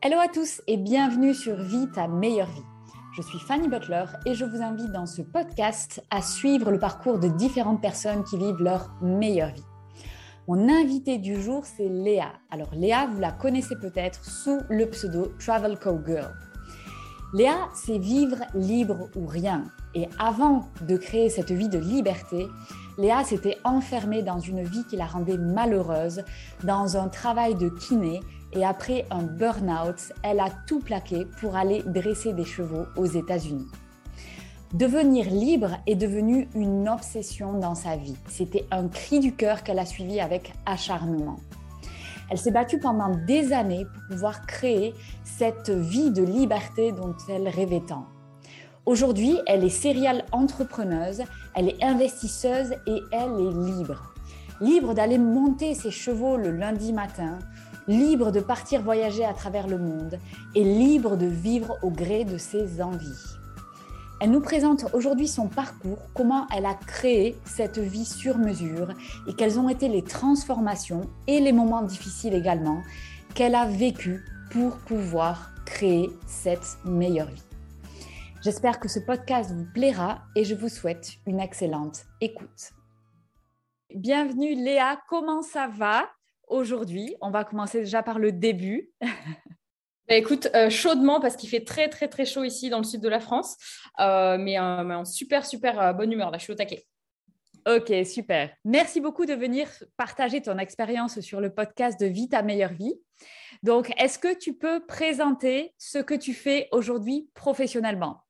Hello à tous et bienvenue sur Vie ta meilleure vie. Je suis Fanny Butler et je vous invite dans ce podcast à suivre le parcours de différentes personnes qui vivent leur meilleure vie. Mon invitée du jour, c'est Léa. Alors Léa, vous la connaissez peut-être sous le pseudo Travel Cowgirl. Léa, c'est vivre libre ou rien. Et avant de créer cette vie de liberté, Léa s'était enfermée dans une vie qui la rendait malheureuse, dans un travail de kiné. Et après un burn-out, elle a tout plaqué pour aller dresser des chevaux aux États-Unis. Devenir libre est devenu une obsession dans sa vie. C'était un cri du cœur qu'elle a suivi avec acharnement. Elle s'est battue pendant des années pour pouvoir créer cette vie de liberté dont elle rêvait tant. Aujourd'hui, elle est serial entrepreneuse, elle est investisseuse et elle est libre. Libre d'aller monter ses chevaux le lundi matin, libre de partir voyager à travers le monde et libre de vivre au gré de ses envies. Elle nous présente aujourd'hui son parcours, comment elle a créé cette vie sur mesure et quelles ont été les transformations et les moments difficiles également qu'elle a vécu pour pouvoir créer cette meilleure vie. J'espère que ce podcast vous plaira et je vous souhaite une excellente écoute. Bienvenue Léa, comment ça va aujourd'hui? On va commencer déjà par le début. Écoute, chaudement parce qu'il fait très très très chaud ici dans le sud de la France, mais en super bonne humeur là, je suis au taquet. Ok, super. Merci beaucoup de venir partager ton expérience sur le podcast de Vie ta meilleure vie. Donc, est-ce que tu peux présenter ce que tu fais aujourd'hui professionnellement?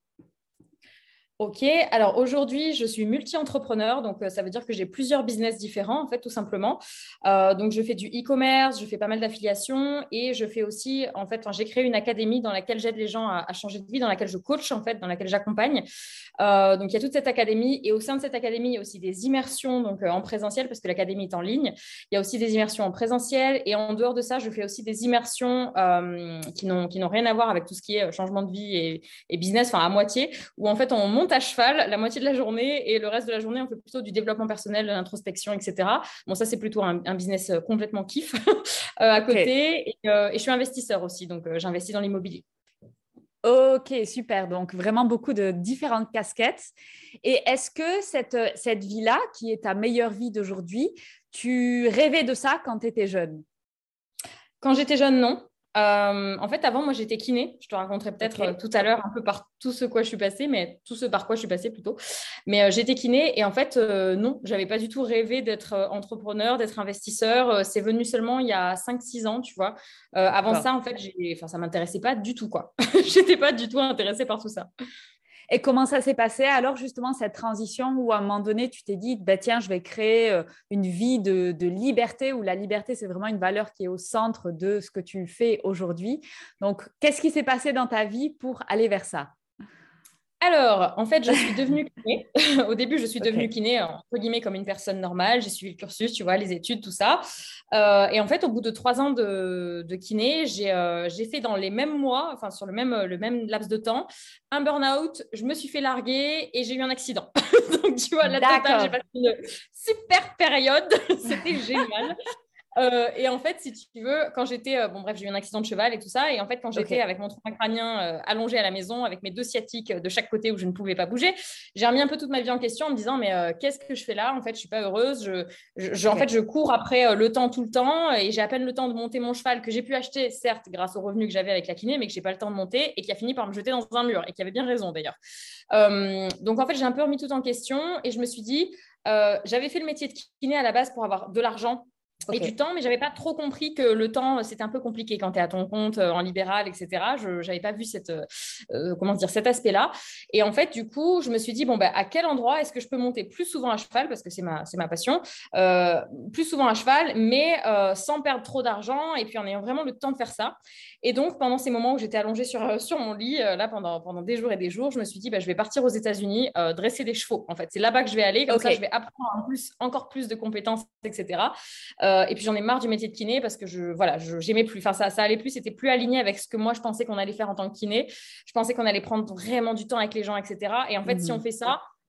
Ok, alors aujourd'hui, je suis multi-entrepreneur, donc ça veut dire que j'ai plusieurs business différents, en fait, tout simplement. Donc, je fais du e-commerce, je fais pas mal d'affiliations et je fais aussi, en fait, j'ai créé une académie dans laquelle j'aide les gens à changer de vie, dans laquelle je coach, en fait, dans laquelle j'accompagne. Donc, il y a toute cette académie et au sein de cette académie, il y a aussi des immersions donc, en présentiel parce que l'académie est en ligne. Il y a aussi des immersions en présentiel et en dehors de ça, je fais aussi des immersions qui n'ont rien à voir avec tout ce qui est changement de vie et business, enfin à moitié, où en fait, on monte à cheval la moitié de la journée et le reste de la journée, on fait plutôt du développement personnel, de l'introspection, etc. Bon, ça, c'est plutôt un business complètement kiff à côté. Et je suis investisseur aussi, donc j'investis dans l'immobilier. Ok, super. Donc, vraiment beaucoup de différentes casquettes. Et est-ce que cette vie-là, qui est ta meilleure vie d'aujourd'hui, tu rêvais de ça quand tu étais jeune? Quand j'étais jeune, non. En fait, avant, moi, j'étais kiné. Je te raconterai peut-être tout à l'heure un peu par tout ce quoi je suis passée, mais tout ce par quoi je suis passée plutôt. Mais j'étais kiné et en fait, non, j'avais pas du tout rêvé d'être entrepreneur, d'être investisseur. C'est venu seulement il y a 5-6 ans, tu vois. Avant ça, en fait, ça m'intéressait pas du tout, quoi. J'étais pas du tout intéressée par tout ça. Et comment ça s'est passé alors justement cette transition où à un moment donné tu t'es dit bah, tiens je vais créer une vie de liberté où la liberté c'est vraiment une valeur qui est au centre de ce que tu fais aujourd'hui. Donc qu'est-ce qui s'est passé dans ta vie pour aller vers ça? Alors, en fait, je suis devenue kiné. Au début, je suis devenue Okay. kiné, entre guillemets, comme une personne normale. J'ai suivi le cursus, tu vois, les études, tout ça. Et en fait, au bout de 3 ans de kiné, j'ai fait dans les mêmes mois, enfin, sur le même laps de temps, un burn-out. Je me suis fait larguer et j'ai eu un accident. Donc, tu vois, la totale, j'ai passé une super période. C'était génial. Et en fait, si tu veux, quand j'étais, bon bref, j'ai eu un accident de cheval et tout ça, et en fait, quand j'étais avec mon tronc crânien allongé à la maison, avec mes 2 sciatiques de chaque côté où je ne pouvais pas bouger, j'ai remis un peu toute ma vie en question en me disant, mais qu'est-ce que je fais là? En fait, je suis pas heureuse. En fait, je cours après le temps tout le temps, et j'ai à peine le temps de monter mon cheval que j'ai pu acheter, certes, grâce aux revenus que j'avais avec la kiné, mais que j'ai pas le temps de monter et qui a fini par me jeter dans un mur et qui avait bien raison d'ailleurs. Donc en fait, j'ai un peu remis tout en question et je me suis dit, j'avais fait le métier de kiné à la base pour avoir de l'argent et du temps, mais je n'avais pas trop compris que le temps, c'était un peu compliqué quand tu es à ton compte, en libéral, etc. Je n'avais pas vu cet aspect-là. Et en fait, du coup, je me suis dit, bon, bah, à quel endroit est-ce que je peux monter plus souvent à cheval, parce que c'est ma passion, plus souvent à cheval, mais sans perdre trop d'argent et puis en ayant vraiment le temps de faire ça. Et donc, pendant ces moments où j'étais allongée sur mon lit, là, pendant des jours et des jours, je me suis dit, bah, je vais partir aux États-Unis dresser des chevaux. En fait, c'est là-bas que je vais aller. Comme ça, je vais apprendre encore plus de compétences, etc. Et puis, j'en ai marre du métier de kiné parce que j'aimais plus. Enfin, ça allait plus. C'était plus aligné avec ce que moi, je pensais qu'on allait faire en tant que kiné. Je pensais qu'on allait prendre vraiment du temps avec les gens, etc. Et en fait, si on fait ça,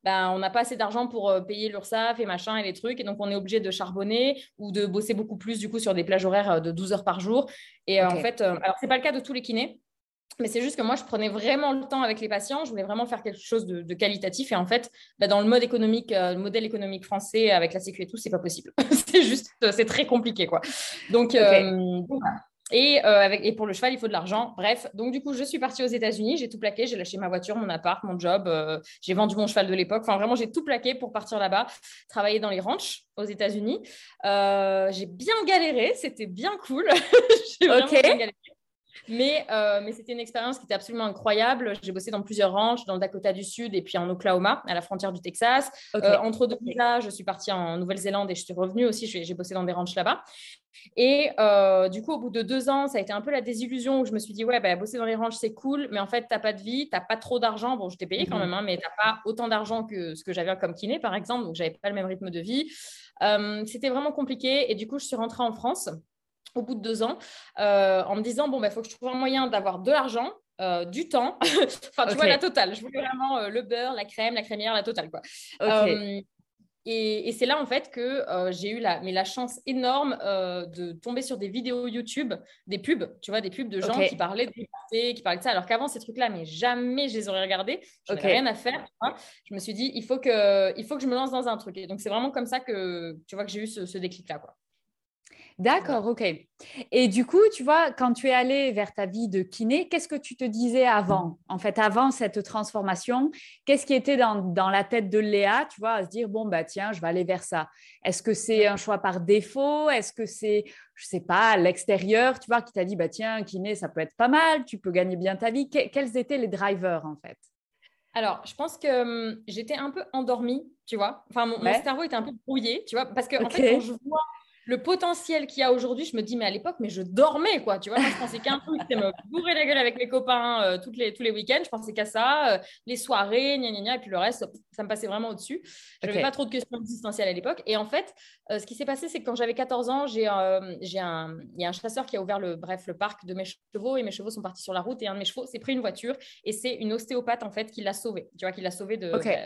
ben, on n'a pas assez d'argent pour payer l'URSSAF et machin et les trucs. Et donc, on est obligé de charbonner ou de bosser beaucoup plus, du coup, sur des plages horaires de 12 heures par jour. Et en fait, alors, ce n'est pas le cas de tous les kinés. Mais c'est juste que moi, je prenais vraiment le temps avec les patients. Je voulais vraiment faire quelque chose de qualitatif. Et en fait, bah, dans le mode économique, le modèle économique français avec la sécu et tout, c'est pas possible. C'est très compliqué, quoi. Donc, voilà. Et pour le cheval, il faut de l'argent. Bref, donc du coup, je suis partie aux États-Unis. J'ai tout plaqué. J'ai lâché ma voiture, mon appart, mon job. J'ai vendu mon cheval de l'époque. Enfin, vraiment, j'ai tout plaqué pour partir là-bas, travailler dans les ranchs aux États-Unis. J'ai bien galéré. C'était bien cool. J'ai vraiment bien galéré. Mais c'était une expérience qui était absolument incroyable. J'ai bossé dans plusieurs ranchs, dans le Dakota du Sud et puis en Oklahoma, à la frontière du Texas. Entre deux visas, je suis partie en Nouvelle-Zélande et je suis revenue aussi. J'ai bossé dans des ranchs là-bas. Et du coup, au bout de 2 ans, ça a été un peu la désillusion où je me suis dit, ouais, bah, bosser dans les ranchs, c'est cool, mais en fait, tu n'as pas de vie, tu n'as pas trop d'argent. Bon, je t'ai payé quand même, hein, mais tu n'as pas autant d'argent que ce que j'avais comme kiné, par exemple. Donc, je n'avais pas le même rythme de vie. C'était vraiment compliqué. Et du coup, je suis rentrée en France au bout de 2 ans, en me disant, bon, il faut que je trouve un moyen d'avoir de l'argent, du temps, enfin, tu vois, la totale. Je voulais vraiment le beurre, la crème, la crémière, la totale, quoi. Et c'est là, en fait, que j'ai eu la chance énorme de tomber sur des vidéos YouTube, des pubs, tu vois, des pubs de gens qui parlaient de liberté, qui parlaient de ça. Alors qu'avant, ces trucs-là, mais jamais je les aurais regardés. Je n'avais rien à faire. Tu vois. Je me suis dit, il faut que je me lance dans un truc. Et donc, c'est vraiment comme ça que, tu vois, que j'ai eu ce déclic-là, quoi. D'accord, ok. Et du coup, tu vois, quand tu es allée vers ta vie de kiné, qu'est-ce que tu te disais avant? En fait, avant cette transformation, qu'est-ce qui était dans la tête de Léa, tu vois, à se dire, bon, bah tiens, je vais aller vers ça. Est-ce que c'est un choix par défaut? Est-ce que c'est, je sais pas, l'extérieur, tu vois, qui t'a dit, bah tiens, kiné, ça peut être pas mal, tu peux gagner bien ta vie. Quels étaient les drivers, en fait? Alors, je pense que j'étais un peu endormie, tu vois. Enfin, mon cerveau était un peu brouillé, tu vois, parce que en fait, quand je vois le potentiel qu'il y a aujourd'hui, je me dis, mais à l'époque, mais je dormais, quoi. Tu vois, moi, je pensais qu'un truc, c'était me bourrer la gueule avec mes copains tous les week-ends. Je pensais qu'à ça, les soirées, gna, gna, gna, et puis le reste, ça me passait vraiment au-dessus. Je n'avais pas trop de questions existentielles à l'époque. Et en fait, ce qui s'est passé, c'est que quand j'avais 14 ans, il y a un chasseur qui a ouvert le parc de mes chevaux, et mes chevaux sont partis sur la route, et un de mes chevaux s'est pris une voiture, et c'est une ostéopathe, en fait, qui l'a sauvé. Tu vois, qui l'a sauvé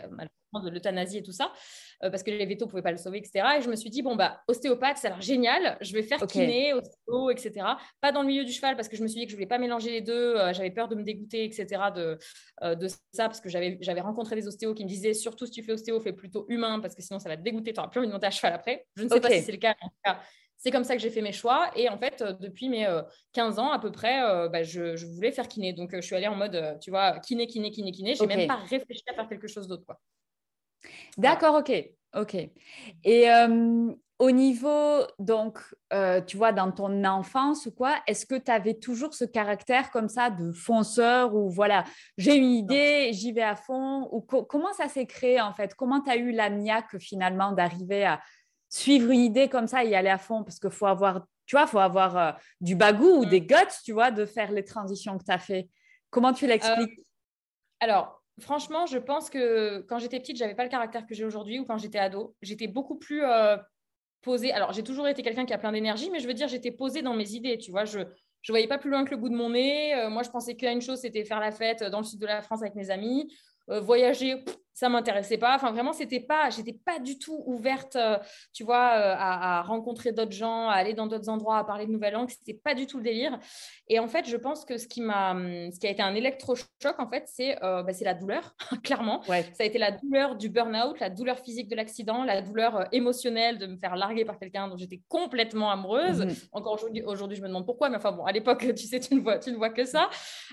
de l'euthanasie et tout ça, parce que les vétos ne pouvaient pas le sauver, etc. Et je me suis dit, bon, bah, ostéopathe, ça a l'air génial, je vais faire kiné, ostéo, etc. Pas dans le milieu du cheval, parce que je me suis dit que je ne voulais pas mélanger les deux, j'avais peur de me dégoûter, etc. de ça, parce que j'avais rencontré des ostéos qui me disaient, surtout si tu fais ostéo, fais plutôt humain, parce que sinon ça va te dégoûter, tu n'auras plus envie de monter à cheval après. Je ne sais pas si c'est le cas, mais en tout cas, c'est comme ça que j'ai fait mes choix. Et en fait, depuis mes 15 ans à peu près, je voulais faire kiné. Donc, je suis allée en mode, tu vois, kiné, kiné, kiné, kiné. Je n'ai même pas réfléchi à faire quelque chose d'autre, quoi. D'accord, voilà. Ok. Et au niveau, donc, tu vois, dans ton enfance ou quoi, est-ce que tu avais toujours ce caractère comme ça de fonceur ou voilà, j'ai une idée, j'y vais à fond ou comment ça s'est créé en fait? Comment tu as eu la niaque finalement d'arriver à suivre une idée comme ça et y aller à fond? Parce qu'il faut avoir, tu vois, faut avoir du bagou ou des guts, tu vois, de faire les transitions que tu as fait. Comment tu l'expliques? Alors, franchement, je pense que quand j'étais petite, j'avais pas le caractère que j'ai aujourd'hui ou quand j'étais ado. J'étais beaucoup plus posée. Alors, j'ai toujours été quelqu'un qui a plein d'énergie, mais je veux dire, j'étais posée dans mes idées, tu vois. Je voyais pas plus loin que le bout de mon nez. Moi, je pensais qu'à une chose, c'était faire la fête dans le sud de la France avec mes amis. Voyager, ça m'intéressait pas. Enfin, vraiment, j'étais pas du tout ouverte, tu vois, à rencontrer d'autres gens, à aller dans d'autres endroits, à parler de nouvelles langues. C'était pas du tout le délire. Et en fait, je pense que ce qui a été un électrochoc, en fait, c'est la douleur, clairement. Ouais. Ça a été la douleur du burn-out, la douleur physique de l'accident, la douleur émotionnelle de me faire larguer par quelqu'un dont j'étais complètement amoureuse. Encore aujourd'hui, je me demande pourquoi, mais enfin bon, à l'époque, tu sais, tu ne vois que ça.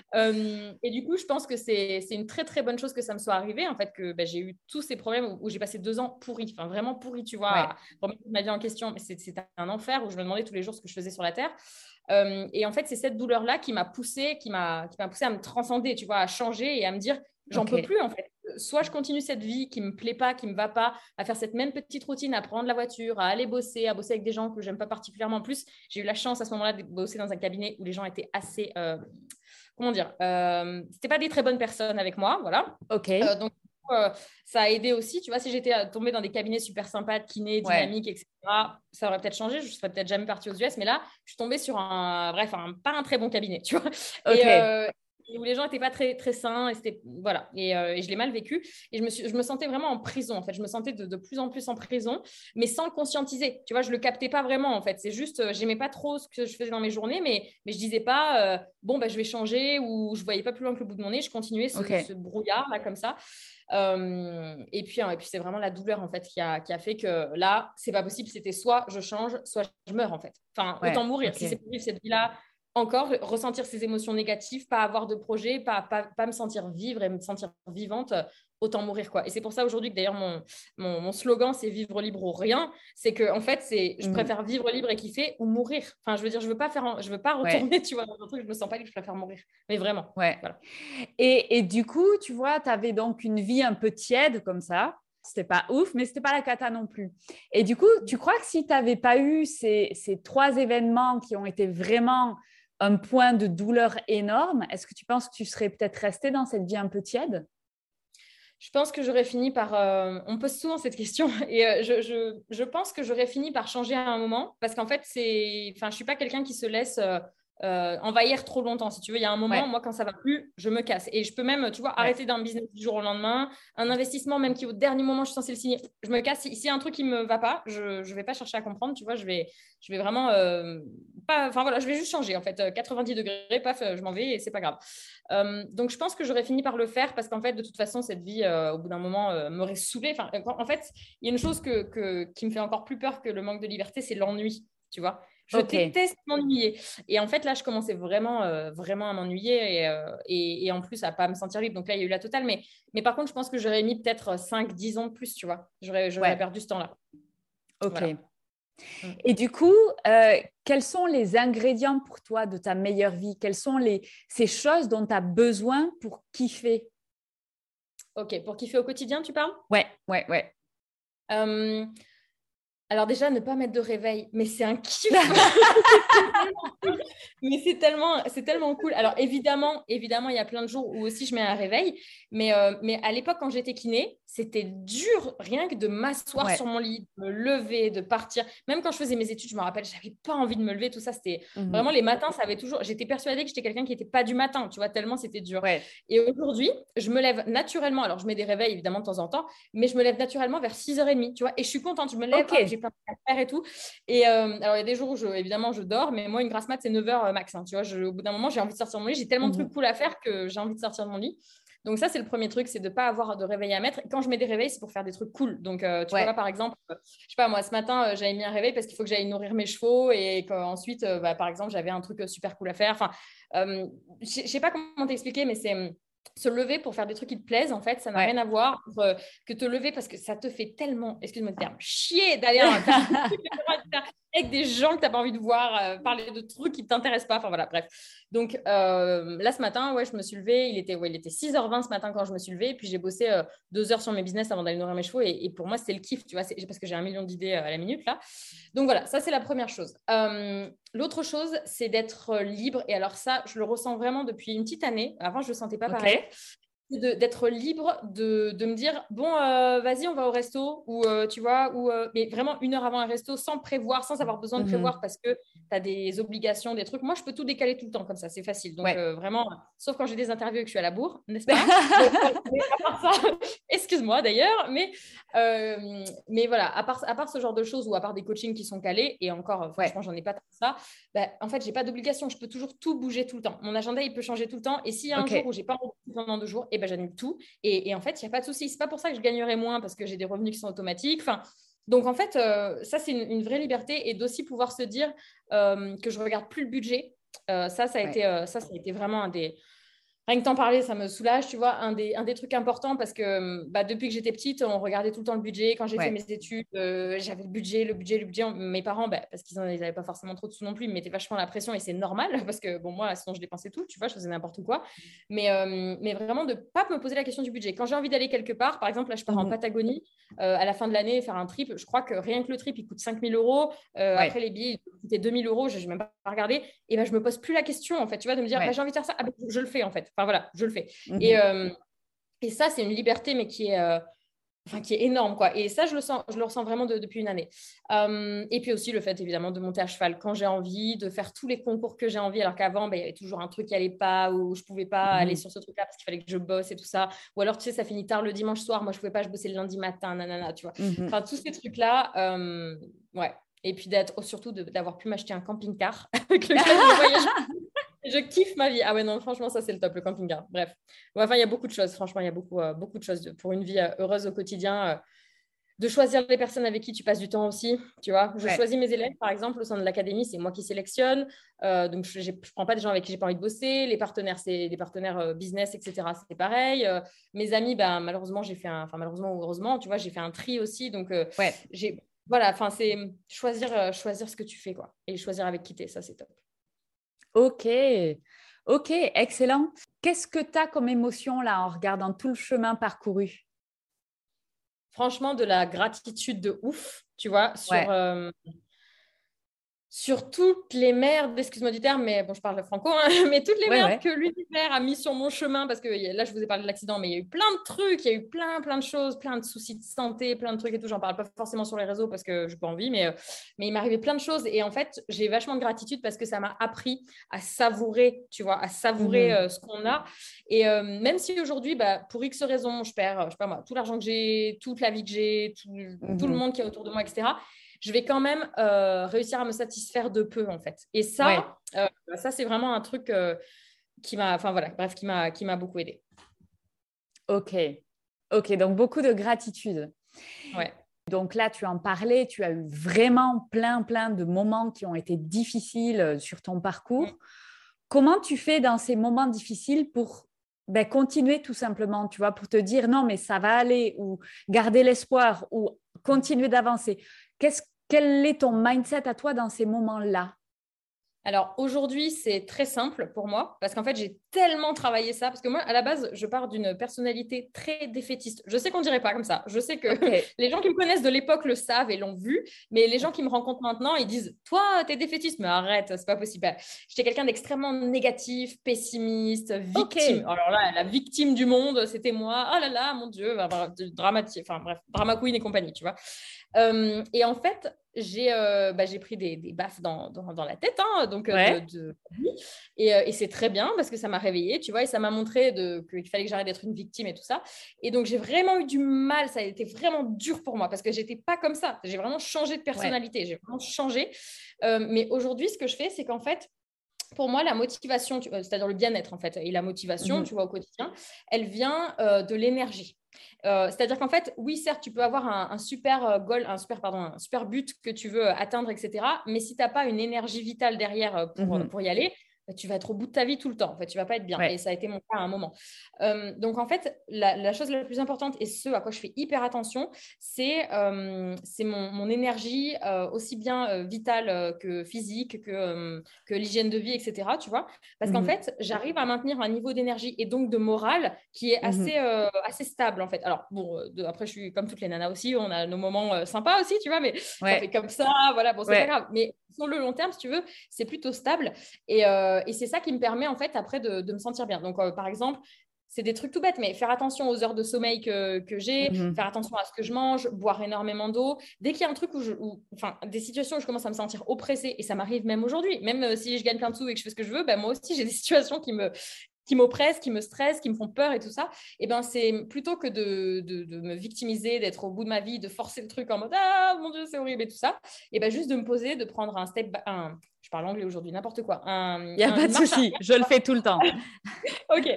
Et du coup, je pense que c'est une très, très bonne chose que ça me soit arrivé, en fait, que j'ai eu tous ces problèmes où j'ai passé 2 ans pourris, enfin vraiment pourris, tu vois, à remettre ma vie en question. Mais c'était un enfer où je me demandais tous les jours ce que je faisais sur la Terre. Et en fait, c'est cette douleur-là qui m'a poussée à me transcender, tu vois, à changer et à me dire, j'en peux plus, en fait. Soit je continue cette vie qui me plaît pas, qui me va pas, à faire cette même petite routine, à prendre la voiture, à aller bosser, à bosser avec des gens que j'aime pas particulièrement. En plus, j'ai eu la chance à ce moment-là de bosser dans un cabinet où les gens étaient assez, comment dire, c'était pas des très bonnes personnes avec moi, voilà. Donc, ça a aidé aussi, tu vois, si j'étais tombée dans des cabinets super sympas, de kiné, dynamiques, etc., ça aurait peut-être changé, je serais peut-être jamais partie aux US, mais là, je suis tombée sur pas un très bon cabinet, tu vois. où les gens n'étaient pas très, très sains. Et c'était, voilà. Et je l'ai mal vécu. Et je me sentais vraiment en prison, en fait. Je me sentais de plus en plus en prison, mais sans le conscientiser. Tu vois, je ne le captais pas vraiment, en fait. C'est juste, j'aimais pas trop ce que je faisais dans mes journées, mais je disais pas, bon, bah, je vais changer, ou je voyais pas plus loin que le bout de mon nez. Je continuais ce brouillard, là, comme ça. Et puis c'est vraiment la douleur en fait qui a fait que là, c'est pas possible. C'était soit je change, soit je meurs en fait. Enfin, autant mourir. Si c'est pour vivre cette vie-là encore, ressentir ces émotions négatives, pas avoir de projet, pas me sentir vivre et me sentir vivante, autant mourir quoi. Et c'est pour ça aujourd'hui que d'ailleurs mon slogan c'est vivre libre ou rien. C'est que en fait je préfère vivre libre et kiffer ou mourir. Enfin, je veux dire, je veux pas retourner, tu vois, dans un truc, je me sens pas libre, je préfère mourir. Mais vraiment. Ouais. Voilà. Et du coup, tu vois, tu avais donc une vie un peu tiède comme ça. C'était pas ouf, mais c'était pas la cata non plus. Et du coup, tu crois que si tu n'avais pas eu ces 3 événements qui ont été vraiment un point de douleur énorme, est-ce que tu penses que tu serais peut-être resté dans cette vie un peu tiède? Je pense que j'aurais fini par... on me pose souvent cette question et je pense que j'aurais fini par changer à un moment parce qu'en fait, je ne suis pas quelqu'un qui se laisse envahir trop longtemps. Si tu veux, il y a un moment, moi, quand ça ne va plus, je me casse. Et je peux même, tu vois, arrêter d'un business du jour au lendemain, un investissement même qui au dernier moment, je suis censée le signer. Je me casse. S'il y a un truc qui ne me va pas, je ne vais pas chercher à comprendre. Tu vois, je vais vraiment... pas... Enfin voilà, je vais juste changer en fait. 90 degrés, paf, je m'en vais et c'est pas grave. Donc, je pense que j'aurais fini par le faire parce qu'en fait, de toute façon, cette vie, au bout d'un moment, m'aurait saoulée. Enfin, en fait, il y a une chose qui me fait encore plus peur que le manque de liberté, c'est l'ennui, tu vois. Je déteste m'ennuyer. Et en fait, là, je commençais vraiment, vraiment à m'ennuyer et en plus à pas me sentir libre. Donc là, il y a eu la totale. Mais par contre, je pense que j'aurais mis peut-être 5, 10 ans de plus, tu vois. J'aurais perdu ce temps-là. Ok. Voilà. Et du coup, quels sont les ingrédients pour toi de ta meilleure vie? Quelles sont ces choses dont tu as besoin pour kiffer? Ok, pour kiffer au quotidien, tu parles? Ouais. Alors déjà, ne pas mettre de réveil, mais c'est un kiff. Mais c'est tellement cool. Alors évidemment, il y a plein de jours où aussi je mets un réveil, mais à l'époque, quand j'étais kiné, c'était dur rien que de m'asseoir sur mon lit, de me lever, de partir. Même quand je faisais mes études, je me rappelle, j'avais pas envie de me lever, tout ça, c'était vraiment les matins, ça avait toujours... J'étais persuadée que j'étais quelqu'un qui n'était pas du matin, tu vois, tellement c'était dur. Et aujourd'hui, je me lève naturellement, alors je mets des réveils évidemment de temps en temps, mais je me lève naturellement vers 6h30, tu vois, et je suis contente, je me lève, j'ai plein de faire et tout. Et alors, il y a des jours où, évidemment, je dors, mais moi, une grasse mat, c'est 9h max. Hein, tu vois, au bout d'un moment, j'ai envie de sortir de mon lit. J'ai tellement de trucs cool à faire que j'ai envie de sortir de mon lit. Donc, ça, c'est le premier truc, c'est de ne pas avoir de réveil à mettre. Et quand je mets des réveils, c'est pour faire des trucs cool. Donc, tu vois, par exemple, je sais pas, moi, ce matin, j'avais mis un réveil parce qu'il faut que j'aille nourrir mes chevaux et qu'ensuite, par exemple, j'avais un truc super cool à faire. Enfin, je sais pas comment t'expliquer, mais c'est se lever pour faire des trucs qui te plaisent, en fait, ça n'a rien à voir que te lever parce que ça te fait tellement, excuse-moi le terme, chier d'aller avec des gens que tu n'as pas envie de voir, parler de trucs qui ne t'intéressent pas. Enfin voilà, bref. Donc là, ce matin, je me suis levée. Il était 6h20 ce matin quand je me suis levée. Puis j'ai bossé 2 heures sur mes business avant d'aller nourrir mes chevaux. Et pour moi, c'était le kiff, tu vois, parce que j'ai 1 million d'idées à la minute là. Donc voilà, ça, c'est la première chose. L'autre chose, c'est d'être libre. Et alors ça, je le ressens vraiment depuis une petite année. Avant, je ne le sentais pas pareil. D'être libre de me dire bon vas-y on va au resto ou tu vois mais vraiment 1 heure avant un resto sans prévoir, sans avoir besoin de prévoir parce que tu as des obligations, des trucs. Moi je peux tout décaler tout le temps comme ça, c'est facile. Donc vraiment, sauf quand j'ai des interviews et que je suis à la bourre, n'est-ce pas? Donc, à part ça, excuse-moi d'ailleurs, mais voilà, à part ce genre de choses ou à part des coachings qui sont calés, et encore franchement j'en ai pas tant que ça, en fait j'ai pas d'obligation, je peux toujours tout bouger tout le temps, mon agenda il peut changer tout le temps, et s'il y a un jour où j'ai pas envie pendant 2 jours, j'annule tout. Et en fait, il n'y a pas de souci. C'est pas pour ça que je gagnerai moins parce que j'ai des revenus qui sont automatiques. Enfin, donc, en fait, ça, c'est une vraie liberté. Et d'aussi pouvoir se dire que je ne regarde plus le budget. Ça a été vraiment un des... Rien que t'en parler, ça me soulage, tu vois, un des trucs importants parce que depuis que j'étais petite, on regardait tout le temps le budget. Quand j'ai fait mes études, j'avais le budget. Mes parents, parce qu'ils n'avaient pas forcément trop de sous non plus, ils me mettaient vachement la pression et c'est normal parce que, bon, moi, sinon je dépensais tout, tu vois, je faisais n'importe quoi. Mais vraiment de ne pas me poser la question du budget. Quand j'ai envie d'aller quelque part, par exemple, là, je pars en Patagonie à la fin de l'année faire un trip. Je crois que rien que le trip, il coûte 5 000 euros. Après, les billets, ils coûtaient 2 000 euros. Je n'ai même pas regardé. Et je ne me pose plus la question, en fait, tu vois, de me dire, j'ai envie de faire ça. Je le fais, en fait. Enfin, voilà, je le fais. Et ça, c'est une liberté, mais qui est enfin, qui est énorme, quoi. Et ça, je le ressens vraiment depuis une année. Et puis aussi le fait, évidemment, de monter à cheval quand j'ai envie, de faire tous les concours que j'ai envie, alors qu'avant, il y avait toujours un truc qui allait pas, ou je pouvais pas aller sur ce truc-là parce qu'il fallait que je bosse et tout ça. Ou alors, tu sais, ça finit tard le dimanche soir. Moi, je pouvais pas, je bossais le lundi matin, nanana, tu vois. Enfin, tous ces trucs-là, ouais. Et puis surtout d'avoir pu m'acheter un camping-car avec lequel je voyage. Je kiffe ma vie. Ah ouais, non, franchement, ça, c'est le top, le camping-car. Bref. Ouais, enfin, il y a beaucoup de choses. Franchement, il y a beaucoup de choses pour une vie heureuse au quotidien. De choisir les personnes avec qui tu passes du temps aussi, tu vois. Je choisis mes élèves, par exemple, au sein de l'académie, c'est moi qui sélectionne. Donc, je ne prends pas des gens avec qui j'ai pas envie de bosser. Les partenaires, c'est des partenaires business, etc. C'est pareil. Mes amis, malheureusement, malheureusement ou heureusement, tu vois, j'ai fait un tri aussi. Donc, voilà, enfin, c'est choisir ce que tu fais, quoi. Et choisir avec qui t'es, ça, c'est top. Ok, excellent. Qu'est-ce que tu as comme émotion là en regardant tout le chemin parcouru? Franchement, de la gratitude de ouf, tu vois, sur toutes les merdes, excuse-moi du terme, mais bon, je parle franco, hein, mais toutes les merdes que l'univers a mis sur mon chemin, parce que là, je vous ai parlé de l'accident, mais il y a eu plein de trucs, il y a eu plein de choses, plein de soucis de santé, plein de trucs et tout. J'en parle pas forcément sur les réseaux parce que je n'ai pas envie, mais il m'est arrivé plein de choses. Et en fait, j'ai vachement de gratitude parce que ça m'a appris à savourer, tu vois, à savourer ce qu'on a. Et même si aujourd'hui, pour X raisons, je perds, je sais pas moi, tout l'argent que j'ai, toute la vie que j'ai, tout le monde qui est autour de moi, etc., je vais quand même réussir à me satisfaire de peu, en fait. Et ça, ça c'est vraiment un truc qui m'a beaucoup aidé. Ok, donc beaucoup de gratitude. Ouais. Donc là, tu en parlais, tu as eu vraiment plein de moments qui ont été difficiles sur ton parcours. Comment tu fais dans ces moments difficiles pour continuer tout simplement, tu vois, pour te dire non, mais ça va aller, ou garder l'espoir, ou continuer d'avancer? Quel est ton mindset à toi dans ces moments-là? Alors aujourd'hui, c'est très simple pour moi parce qu'en fait, j'ai tellement travaillé ça. Parce que moi, à la base, je pars d'une personnalité très défaitiste. Je sais qu'on dirait pas comme ça. Je sais que les gens qui me connaissent de l'époque le savent et l'ont vu. Mais les gens qui me rencontrent maintenant, ils disent toi, t'es défaitiste. Mais arrête, c'est pas possible. J'étais quelqu'un d'extrêmement négatif, pessimiste, victime. Alors là, la victime du monde, c'était moi. Oh là là, mon Dieu, dramatique. Enfin bref, drama queen et compagnie, tu vois. Et en fait, j'ai pris des baffes dans la tête, hein, donc et c'est très bien parce que ça m'a réveillée, tu vois, et ça m'a montré qu'il fallait que j'arrête d'être une victime et tout ça. Et donc, j'ai vraiment eu du mal, ça a été vraiment dur pour moi parce que j'étais pas comme ça. J'ai vraiment changé de personnalité, j'ai vraiment changé. Mais aujourd'hui, ce que je fais, c'est qu'en fait, pour moi, la motivation, c'est-à-dire le bien-être en fait, et la motivation, tu vois, au quotidien, elle vient de l'énergie. C'est-à-dire qu'en fait, oui, certes, tu peux avoir un super goal, un super but que tu veux atteindre, etc. Mais si tu n'as pas une énergie vitale derrière pour y aller, tu vas être au bout de ta vie tout le temps. En fait, tu vas pas être bien. Et ça a été mon cas à un moment. Donc, en fait, la chose la plus importante et ce à quoi je fais hyper attention, c'est mon énergie aussi bien vitale que physique, que l'hygiène de vie, etc. Tu vois, parce qu'en fait, j'arrive à maintenir un niveau d'énergie et donc de morale qui est assez stable, en fait. Alors, bon, après, je suis comme toutes les nanas aussi, on a nos moments sympas aussi, tu vois, mais ça fait comme ça, voilà, bon, c'est pas grave. Mais sur le long terme, si tu veux, c'est plutôt stable. Et c'est ça qui me permet, en fait, après, de me sentir bien. Donc, par exemple, c'est des trucs tout bêtes, mais faire attention aux heures de sommeil que j'ai, faire attention à ce que je mange, boire énormément d'eau. Dès qu'il y a un truc enfin, des situations où je commence à me sentir oppressée, et ça m'arrive même aujourd'hui, même si je gagne plein de sous et que je fais ce que je veux, moi aussi, j'ai des situations qui m'oppressent, qui me stressent, qui me font peur et tout ça. Et c'est plutôt que de me victimiser, d'être au bout de ma vie, de forcer le truc en mode « Ah, mon Dieu, c'est horrible » et tout ça. Et juste de me poser, de prendre un step je parle anglais aujourd'hui, n'importe quoi. Il n'y a pas de souci, je le fais tout le temps. Ok.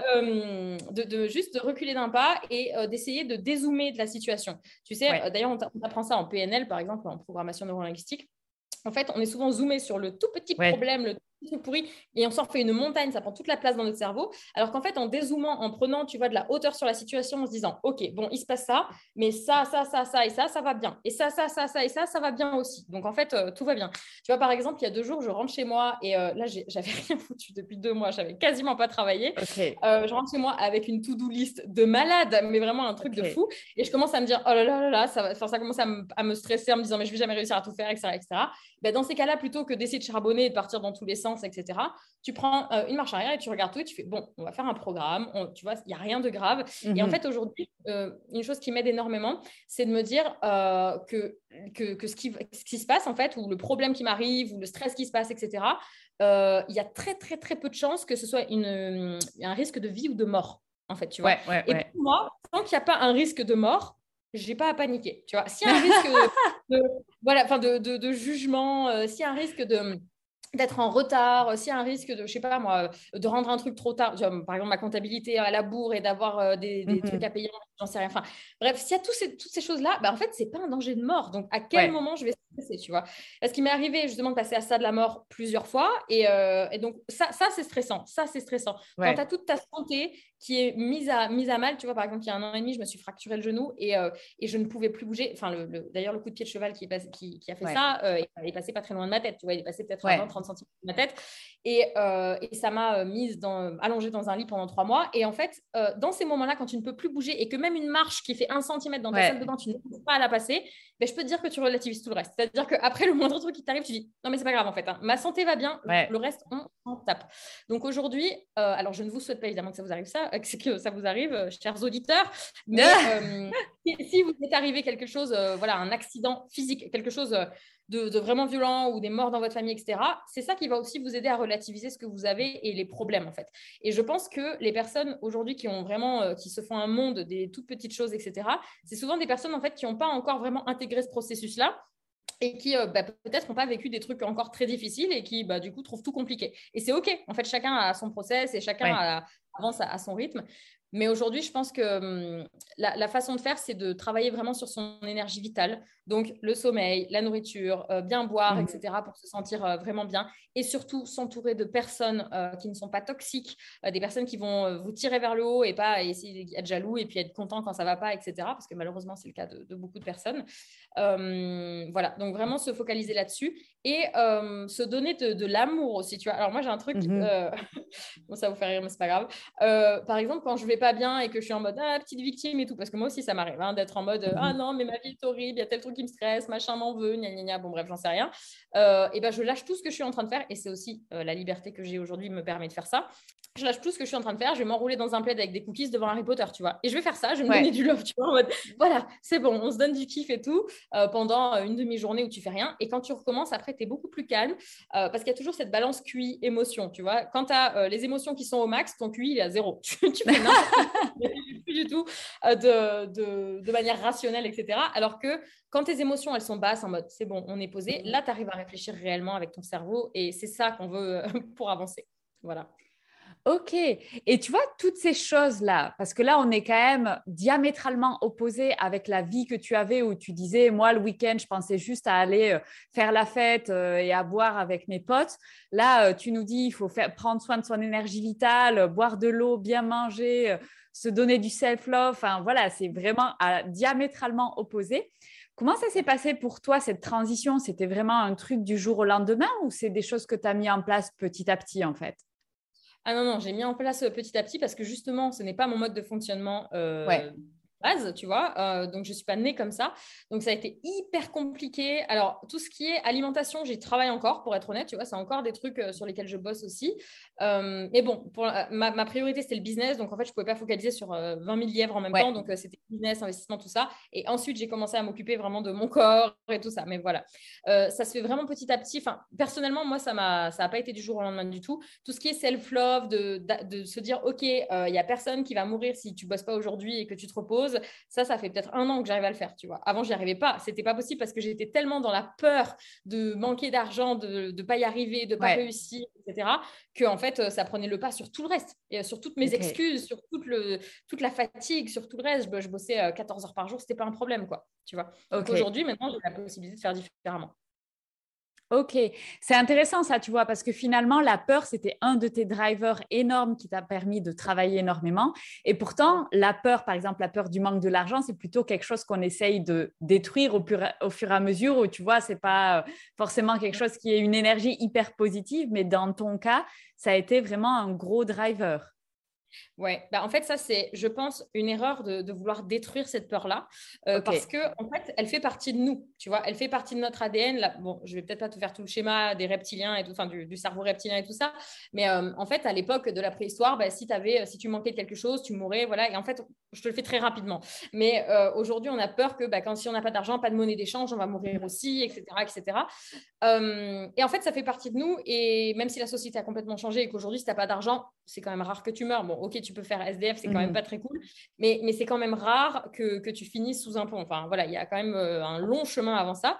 Juste de reculer d'un pas et d'essayer de dézoomer de la situation. Tu sais, d'ailleurs, on apprend ça en PNL, par exemple, en programmation neurolinguistique. En fait, on est souvent zoomé sur le tout petit problème, le tout petit truc pourri, et on s'en fait une montagne, ça prend toute la place dans notre cerveau. Alors qu'en fait, en dézoomant, en prenant, tu vois, de la hauteur sur la situation, en se disant, OK, bon, il se passe ça, mais ça et ça va bien. Et ça et ça va bien aussi. Donc, en fait, tout va bien. Tu vois, par exemple, il y a 2 jours, je rentre chez moi et là, j'avais rien foutu depuis 2 mois, j'avais quasiment pas travaillé. Je rentre chez moi avec une to-do list de malade, mais vraiment un truc de fou. Et je commence à me dire, oh là là, ça commence à me stresser en me disant, mais je vais jamais réussir à tout faire, etc. Dans ces cas-là, plutôt que d'essayer de charbonner et de partir dans tous les sens sens, etc. Tu prends une marche arrière et tu regardes tout et tu fais, bon, on va faire un programme, tu vois, il n'y a rien de grave. Et en fait, aujourd'hui, une chose qui m'aide énormément, c'est de me dire que ce qui se passe, en fait, ou le problème qui m'arrive, ou le stress qui se passe, etc., il y a très, très, très peu de chances que ce soit un risque de vie ou de mort, en fait, tu vois. Et pour moi, tant qu'il n'y a pas un risque de mort, je n'ai pas à paniquer, tu vois. S'il y a un risque de jugement, s'il y a un risque d'être en retard, s'il y a un risque de, je sais pas moi, de rendre un truc trop tard, par exemple ma comptabilité à la bourre et d'avoir des trucs à payer, j'en sais rien. Enfin, bref, s'il y a toutes ces choses-là, en fait, c'est pas un danger de mort. Donc, à quel moment je vais stresser, tu vois? Parce qu'il m'est arrivé justement de passer à ça de la mort plusieurs fois. Et donc, ça c'est stressant. Ça, c'est stressant. Quand tu as toute ta santé qui est mise à mal, tu vois, par exemple, il y a 1 an et demi, je me suis fracturé le genou et je ne pouvais plus bouger. Enfin, d'ailleurs, le coup de pied de cheval qui a fait ça, il est passé pas très loin de ma tête, tu vois, il est passé peut-être à 20-30 cm de ma tête. Et ça m'a allongée dans un lit pendant 3 mois. Et en fait, dans ces moments-là, quand tu ne peux plus bouger et que même une marche qui fait 1 cm dans ta salle de bain, tu n'arrives pas à la passer, je peux te dire que tu relativises tout le reste. C'est-à-dire qu'après le moindre truc qui t'arrive, tu dis non, mais c'est pas grave en fait. Hein. Ma santé va bien, le reste, on tape. Donc aujourd'hui, alors je ne vous souhaite pas évidemment que ça vous arrive chers auditeurs, mais si vous est arrivé quelque chose, un accident physique, quelque chose de vraiment violent ou des morts dans votre famille, etc., c'est ça qui va aussi vous aider à relativiser ce que vous avez et les problèmes en fait. Et je pense que les personnes aujourd'hui qui ont vraiment, qui se font un monde des toutes petites choses, etc., c'est souvent des personnes en fait qui n'ont pas encore vraiment intégré ce processus-là et qui peut-être n'ont pas vécu des trucs encore très difficiles et qui du coup trouvent tout compliqué. Et c'est OK, en fait chacun a son process et chacun avance à son rythme. Mais aujourd'hui, je pense que la façon de faire, c'est de travailler vraiment sur son énergie vitale. Donc, le sommeil, la nourriture, bien boire, etc. pour se sentir vraiment bien. Et surtout, s'entourer de personnes qui ne sont pas toxiques, des personnes qui vont vous tirer vers le haut et pas essayer d'être jaloux et puis être content quand ça ne va pas, etc. Parce que malheureusement, c'est le cas de beaucoup de personnes. Voilà, donc vraiment se focaliser là-dessus et se donner de l'amour aussi, tu vois. Alors moi, j'ai un truc, bon, ça va vous faire rire, mais c'est pas grave. Par exemple, quand je vais pas bien et que je suis en mode petite victime et tout, parce que moi aussi, ça m'arrive d'être en mode ah non, mais ma vie est horrible, il y a tel truc qui me stresse, machin m'en veut, gna gna gna, bon bref, j'en sais rien. Et je lâche tout ce que je suis en train de faire et c'est aussi la liberté que j'ai aujourd'hui me permet de faire ça. Je lâche tout ce que je suis en train de faire, je vais m'enrouler dans un plaid avec des cookies devant Harry Potter, tu vois. Et je vais faire ça, je vais me donner du love, tu vois, en mode voilà, c'est bon, on se donne du kiff et tout pendant une demi-journée où tu fais rien. Et quand tu recommences, après, tu es beaucoup plus calme parce qu'il y a toujours cette balance QI-émotion, tu vois. Quand tu as les émotions qui sont au max, ton QI, il est à 0. Tu fais n'importe quoi, plus du tout de manière rationnelle, etc. Alors que quand tes émotions, elles sont basses, en mode c'est bon, on est posé, là, tu arrives à réfléchir réellement avec ton cerveau et c'est ça qu'on veut pour avancer. Voilà. Ok. Et tu vois, toutes ces choses-là, parce que là, on est quand même diamétralement opposés avec la vie que tu avais où tu disais, moi, le week-end, je pensais juste à aller faire la fête et à boire avec mes potes. Là, tu nous dis, il faut prendre soin de son énergie vitale, boire de l'eau, bien manger, se donner du self-love. Enfin, voilà, c'est vraiment diamétralement opposé. Comment ça s'est passé pour toi, cette transition? C'était vraiment un truc du jour au lendemain ou c'est des choses que tu as mis en place petit à petit, en fait? Ah non, j'ai mis en place petit à petit parce que justement, ce n'est pas mon mode de fonctionnement base, tu vois. Donc, je ne suis pas née comme ça. Donc, ça a été hyper compliqué. Alors, tout ce qui est alimentation, j'y travaille encore, pour être honnête, tu vois. C'est encore des trucs sur lesquels je bosse aussi. Mais bon, ma priorité, c'était le business. Donc, en fait, je ne pouvais pas focaliser sur 20 000 lièvres en même temps. Donc, c'était business, investissement, tout ça. Et ensuite, j'ai commencé à m'occuper vraiment de mon corps et tout ça. Mais voilà, ça se fait vraiment petit à petit. Enfin, personnellement, moi, ça n'a pas été du jour au lendemain du tout. Tout ce qui est self-love, de se dire, OK, il n'y a personne qui va mourir si tu ne bosses pas aujourd'hui et que tu te reposes. Ça fait peut-être 1 an que j'arrive à le faire, tu vois. Avant, je n'y arrivais pas. Ce n'était pas possible parce que j'étais tellement dans la peur de manquer d'argent, de ne pas y arriver, de ne pas réussir, etc., que en fait, ça prenait le pas sur tout le reste et sur toutes mes excuses, sur toute la fatigue, sur tout le reste. Je bossais 14 heures par jour, ce n'était pas un problème, quoi, tu vois. Donc aujourd'hui, maintenant, j'ai la possibilité de faire différemment. Ok, c'est intéressant ça, tu vois, parce que finalement, la peur, c'était un de tes drivers énormes qui t'a permis de travailler énormément. Et pourtant, la peur, par exemple, la peur du manque de l'argent, c'est plutôt quelque chose qu'on essaye de détruire au fur et à mesure, où tu vois, c'est pas forcément quelque chose qui est une énergie hyper positive, mais dans ton cas, ça a été vraiment un gros driver. Ouais, en fait, ça, c'est, je pense, une erreur de vouloir détruire cette peur-là parce que, en fait, elle fait partie de nous, tu vois, elle fait partie de notre ADN. Là, bon, je vais peut-être pas te faire tout le schéma des reptiliens et tout, enfin, du cerveau reptilien et tout ça, mais en fait, à l'époque de la préhistoire, si tu manquais de quelque chose, tu mourais, voilà, et en fait, je te le fais très rapidement. Mais aujourd'hui, on a peur que si on n'a pas d'argent, pas de monnaie d'échange, on va mourir aussi, etc., etc. Et en fait, ça fait partie de nous. Et même si la société a complètement changé et qu'aujourd'hui, si tu n'as pas d'argent, c'est quand même rare que tu meurs. Bon, ok, tu peux faire SDF, c'est quand même pas très cool. Mais c'est quand même rare que tu finisses sous un pont. Enfin, voilà, il y a quand même un long chemin avant ça.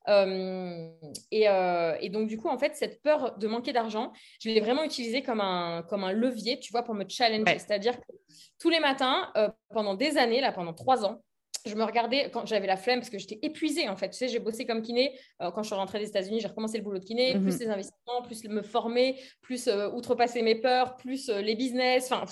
Et donc, du coup, en fait, cette peur de manquer d'argent, je l'ai vraiment utilisée comme un levier, tu vois, pour me challenger. Ouais. C'est-à-dire que tous les matins, pendant des années, là, pendant 3 ans, je me regardais quand j'avais la flemme parce que j'étais épuisée en fait. Tu sais, j'ai bossé comme kiné. Quand je suis rentrée des États-Unis, j'ai recommencé le boulot de kiné, plus les investissements, plus me former, plus outrepasser mes peurs, plus les business. Enfin,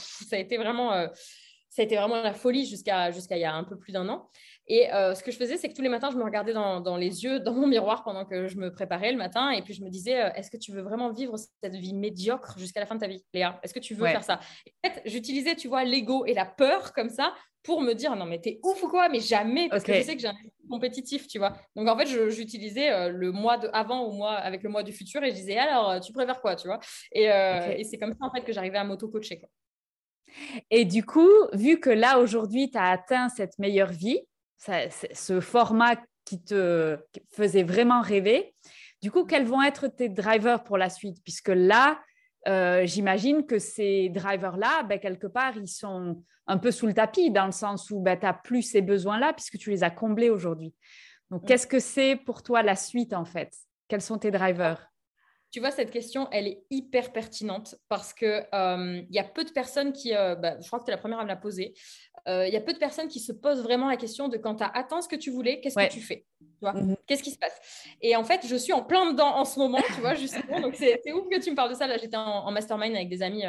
ça a été vraiment la folie jusqu'à il y a un peu plus d'un an. Et ce que je faisais, c'est que tous les matins, je me regardais dans les yeux, dans mon miroir pendant que je me préparais le matin. Et puis, je me disais, est-ce que tu veux vraiment vivre cette vie médiocre jusqu'à la fin de ta vie, Léa? Est-ce que tu veux faire Ouais. ça? Et en fait, j'utilisais, tu vois, l'ego et la peur comme ça pour me dire, non, mais t'es ouf ou quoi? Mais jamais, parce que je sais que j'ai un esprit compétitif, tu vois. Donc, en fait, j'utilisais le mois de avant au mois avec le mois du futur et je disais, alors, tu préfères quoi, tu vois? Et c'est comme ça, en fait, que j'arrivais à m'auto-coacher, quoi. Et du coup, vu que là, aujourd'hui, tu as atteint cette meilleure vie, ce format qui te faisait vraiment rêver, du coup, quels vont être tes drivers pour la suite? Puisque là, j'imagine que ces drivers-là, ben, quelque part, ils sont un peu sous le tapis, dans le sens où ben, tu n'as plus ces besoins-là, puisque tu les as comblés aujourd'hui. Donc, qu'est-ce que c'est pour toi la suite, en fait? Quels sont tes drivers? Tu vois, cette question, elle est hyper pertinente parce que y a peu de personnes qui, je crois que tu es la première à me la poser, il y a peu de personnes qui se posent vraiment la question de quand tu as atteint ce que tu voulais, qu'est-ce que Ouais. tu fais? Tu vois, qu'est-ce qui se passe? Et en fait, je suis en plein dedans en ce moment, tu vois, justement. Donc, c'est ouf que tu me parles de ça. Là, j'étais en mastermind avec des amis,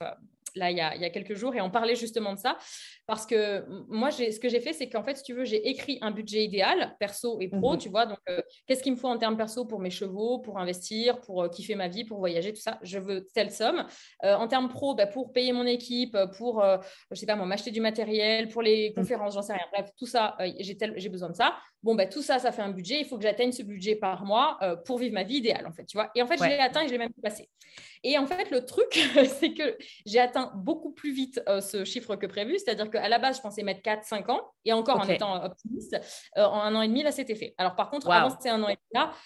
là, il y a quelques jours, et on parlait justement de ça. Parce que moi, ce que j'ai fait, c'est qu'en fait, si tu veux, j'ai écrit un budget idéal, perso et pro, tu vois. Donc, qu'est-ce qu'il me faut en termes perso pour mes chevaux, pour investir, pour kiffer ma vie, pour voyager, tout ça? Je veux telle somme. En termes pro, pour payer mon équipe, pour, je sais pas moi, m'acheter du matériel, pour les conférences, j'en sais rien. Bref, tout ça, j'ai besoin de ça. Bon, tout ça, ça fait un budget. Il faut que j'atteigne ce budget par mois pour vivre ma vie idéale, en fait, tu vois. Et en fait, je l'ai Ouais. atteint et je l'ai même passé. Et en fait, le truc, c'est que j'ai atteint beaucoup plus vite ce chiffre que prévu. C'est-à-dire qu'à la base, je pensais mettre 4-5 ans. Et encore en étant optimiste, en 1 an et demi, là, c'était fait. Alors, par contre, avant Wow. ces 1 an et demi là,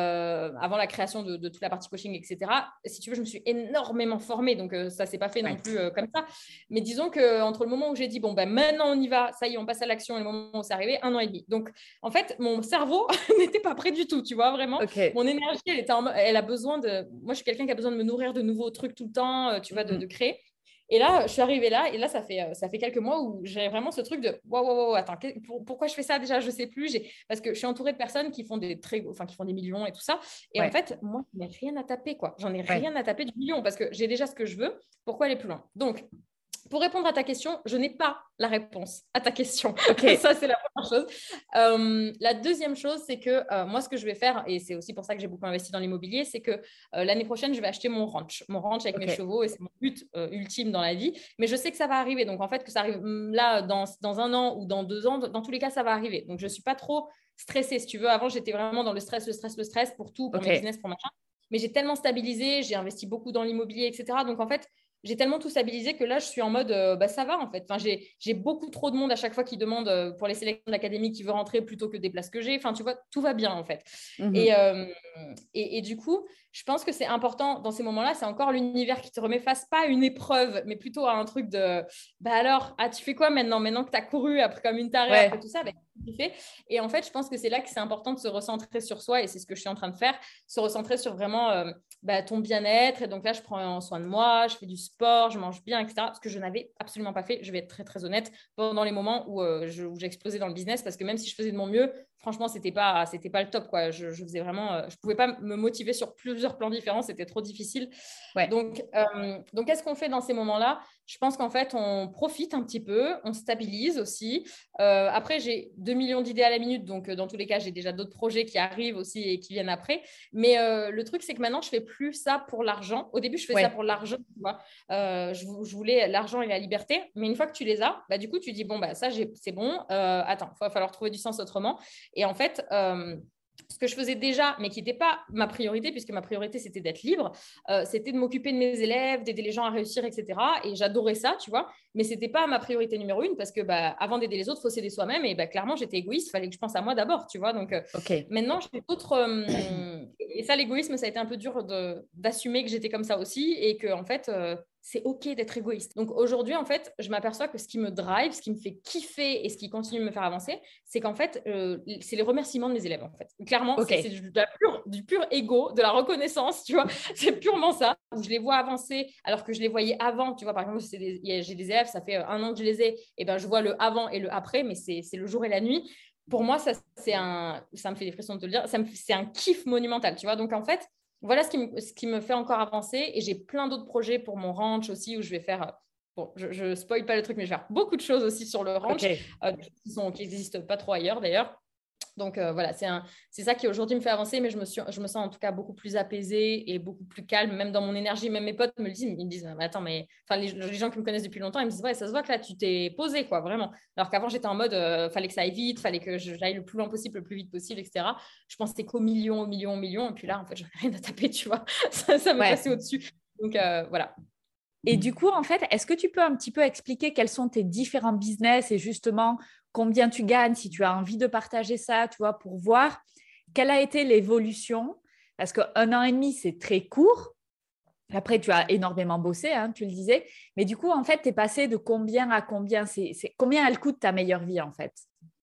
avant la création de toute la partie coaching, etc., si tu veux, je me suis énormément formée. Donc, ça ne s'est pas fait non plus comme ça. Mais disons qu'entre le moment où j'ai dit, bon, maintenant, on y va, ça y est, on passe à l'action, et le moment où c'est arrivé, 1 an et demi. Donc, en fait, mon cerveau n'était pas prêt du tout, tu vois, vraiment. Mon énergie, elle a besoin de... Moi, je suis quelqu'un qui a besoin de me nourrir de nouveaux trucs tout le temps, tu vois, de créer. Et là, je suis arrivée là, et là, ça fait quelques mois où j'ai vraiment ce truc de waouh, attends, pourquoi je fais ça déjà? Je sais plus. Parce que je suis entourée de personnes qui font qui font des millions et tout ça. Et en fait, moi, je n'ai rien à taper, quoi. J'en ai rien à taper du million parce que j'ai déjà ce que je veux. Pourquoi aller plus loin? Donc, pour répondre à ta question, je n'ai pas la réponse à ta question. Ça, c'est la première chose. La deuxième chose, c'est que moi, ce que je vais faire, et c'est aussi pour ça que j'ai beaucoup investi dans l'immobilier, c'est que l'année prochaine, je vais acheter mon ranch avec mes chevaux, et c'est mon but ultime dans la vie. Mais je sais que ça va arriver. Donc, en fait, que ça arrive là, dans 1 an ou dans 2 ans, dans tous les cas, ça va arriver. Donc, je ne suis pas trop stressée, si tu veux. Avant, j'étais vraiment dans le stress pour tout, pour mes business, pour machin. Mais j'ai tellement stabilisé, j'ai investi beaucoup dans l'immobilier, etc. Donc, en fait, j'ai tellement tout stabilisé que là, je suis en mode, ça va en fait. Enfin, j'ai beaucoup trop de monde à chaque fois qui demande pour les sélections de l'académie qui veut rentrer plutôt que des places que j'ai. Enfin, tu vois, tout va bien en fait. Et du coup, je pense que c'est important dans ces moments-là, c'est encore l'univers qui te remet face, pas à une épreuve, mais plutôt à un truc de, alors, tu fais quoi maintenant? Maintenant que tu as couru après comme une tarée, après tout ça, tu fais. Et en fait, je pense que c'est là que c'est important de se recentrer sur soi, et c'est ce que je suis en train de faire, se recentrer sur vraiment ton bien-être. Et donc là, je prends soin de moi, je fais du sport, je mange bien, etc. Ce que je n'avais absolument pas fait, je vais être très, très honnête, pendant les moments où j'explosais dans le business, parce que même si je faisais de mon mieux, franchement, c'était pas le top, quoi. Je faisais vraiment, je pouvais pas me motiver sur plusieurs plans différents, c'était trop difficile. Donc, qu'est-ce qu'on fait dans ces moments-là? Je pense qu'en fait, on profite un petit peu, on stabilise aussi. Après, j'ai 2 millions d'idées à la minute, donc dans tous les cas, j'ai déjà d'autres projets qui arrivent aussi et qui viennent après. Mais le truc, c'est que maintenant, je ne fais plus ça pour l'argent. Au début, je fais ça pour l'argent, tu vois. Je voulais l'argent et la liberté, mais une fois que tu les as, bah, du coup, tu dis, bon, bah, ça, c'est bon. Attends, il va falloir trouver du sens autrement. Et en fait, ce que je faisais déjà, mais qui n'était pas ma priorité, puisque ma priorité, c'était d'être libre, c'était de m'occuper de mes élèves, d'aider les gens à réussir, etc. Et j'adorais ça, tu vois. Mais ce n'était pas ma priorité numéro une, parce que avant d'aider les autres, il faut s'aider soi-même. Et clairement, j'étais égoïste, il fallait que je pense à moi d'abord, tu vois. Donc maintenant, j'ai d'autres... et ça, l'égoïsme, ça a été un peu dur d'assumer que j'étais comme ça aussi, et que, en fait... c'est OK d'être égoïste. Donc aujourd'hui, en fait, je m'aperçois que ce qui me drive, ce qui me fait kiffer et ce qui continue de me faire avancer, c'est qu'en fait, c'est les remerciements de mes élèves, en fait. Clairement, c'est du pur ego, de la reconnaissance, tu vois. C'est purement ça. Où je les vois avancer alors que je les voyais avant, tu vois. Par exemple, j'ai des élèves, ça fait 1 an que je les ai, et ben je vois le avant et le après, mais c'est le jour et la nuit. Pour moi, ça me fait des frissons de te le dire, c'est un kiff monumental, tu vois. Donc en fait, voilà ce qui me fait encore avancer. Et j'ai plein d'autres projets pour mon ranch aussi où je vais faire. Bon, je ne spoil pas le truc, mais je vais faire beaucoup de choses aussi sur le ranch qui n'existent pas trop ailleurs d'ailleurs. Donc voilà, c'est ça qui aujourd'hui me fait avancer, mais je me sens en tout cas beaucoup plus apaisée et beaucoup plus calme, même dans mon énergie. Même mes potes me le disent, ils me disent, mais attends, mais enfin les gens qui me connaissent depuis longtemps, ils me disent, ouais, ça se voit que là tu t'es posée, quoi, vraiment. Alors qu'avant j'étais en mode, fallait que ça aille vite, fallait que j'aille le plus loin possible, le plus vite possible, etc. Je pensais qu'au million, et puis là en fait j'en ai rien à taper, tu vois, ça me passait au-dessus. Donc voilà. Et du coup, en fait, est-ce que tu peux un petit peu expliquer quels sont tes différents business et justement combien tu gagnes, si tu as envie de partager ça, tu vois, pour voir quelle a été l'évolution? Parce qu'1 an et demi, c'est très court. Après, tu as énormément bossé, hein, tu le disais. Mais du coup, en fait, tu es passé de combien à combien? Combien elle coûte ta meilleure vie, en fait?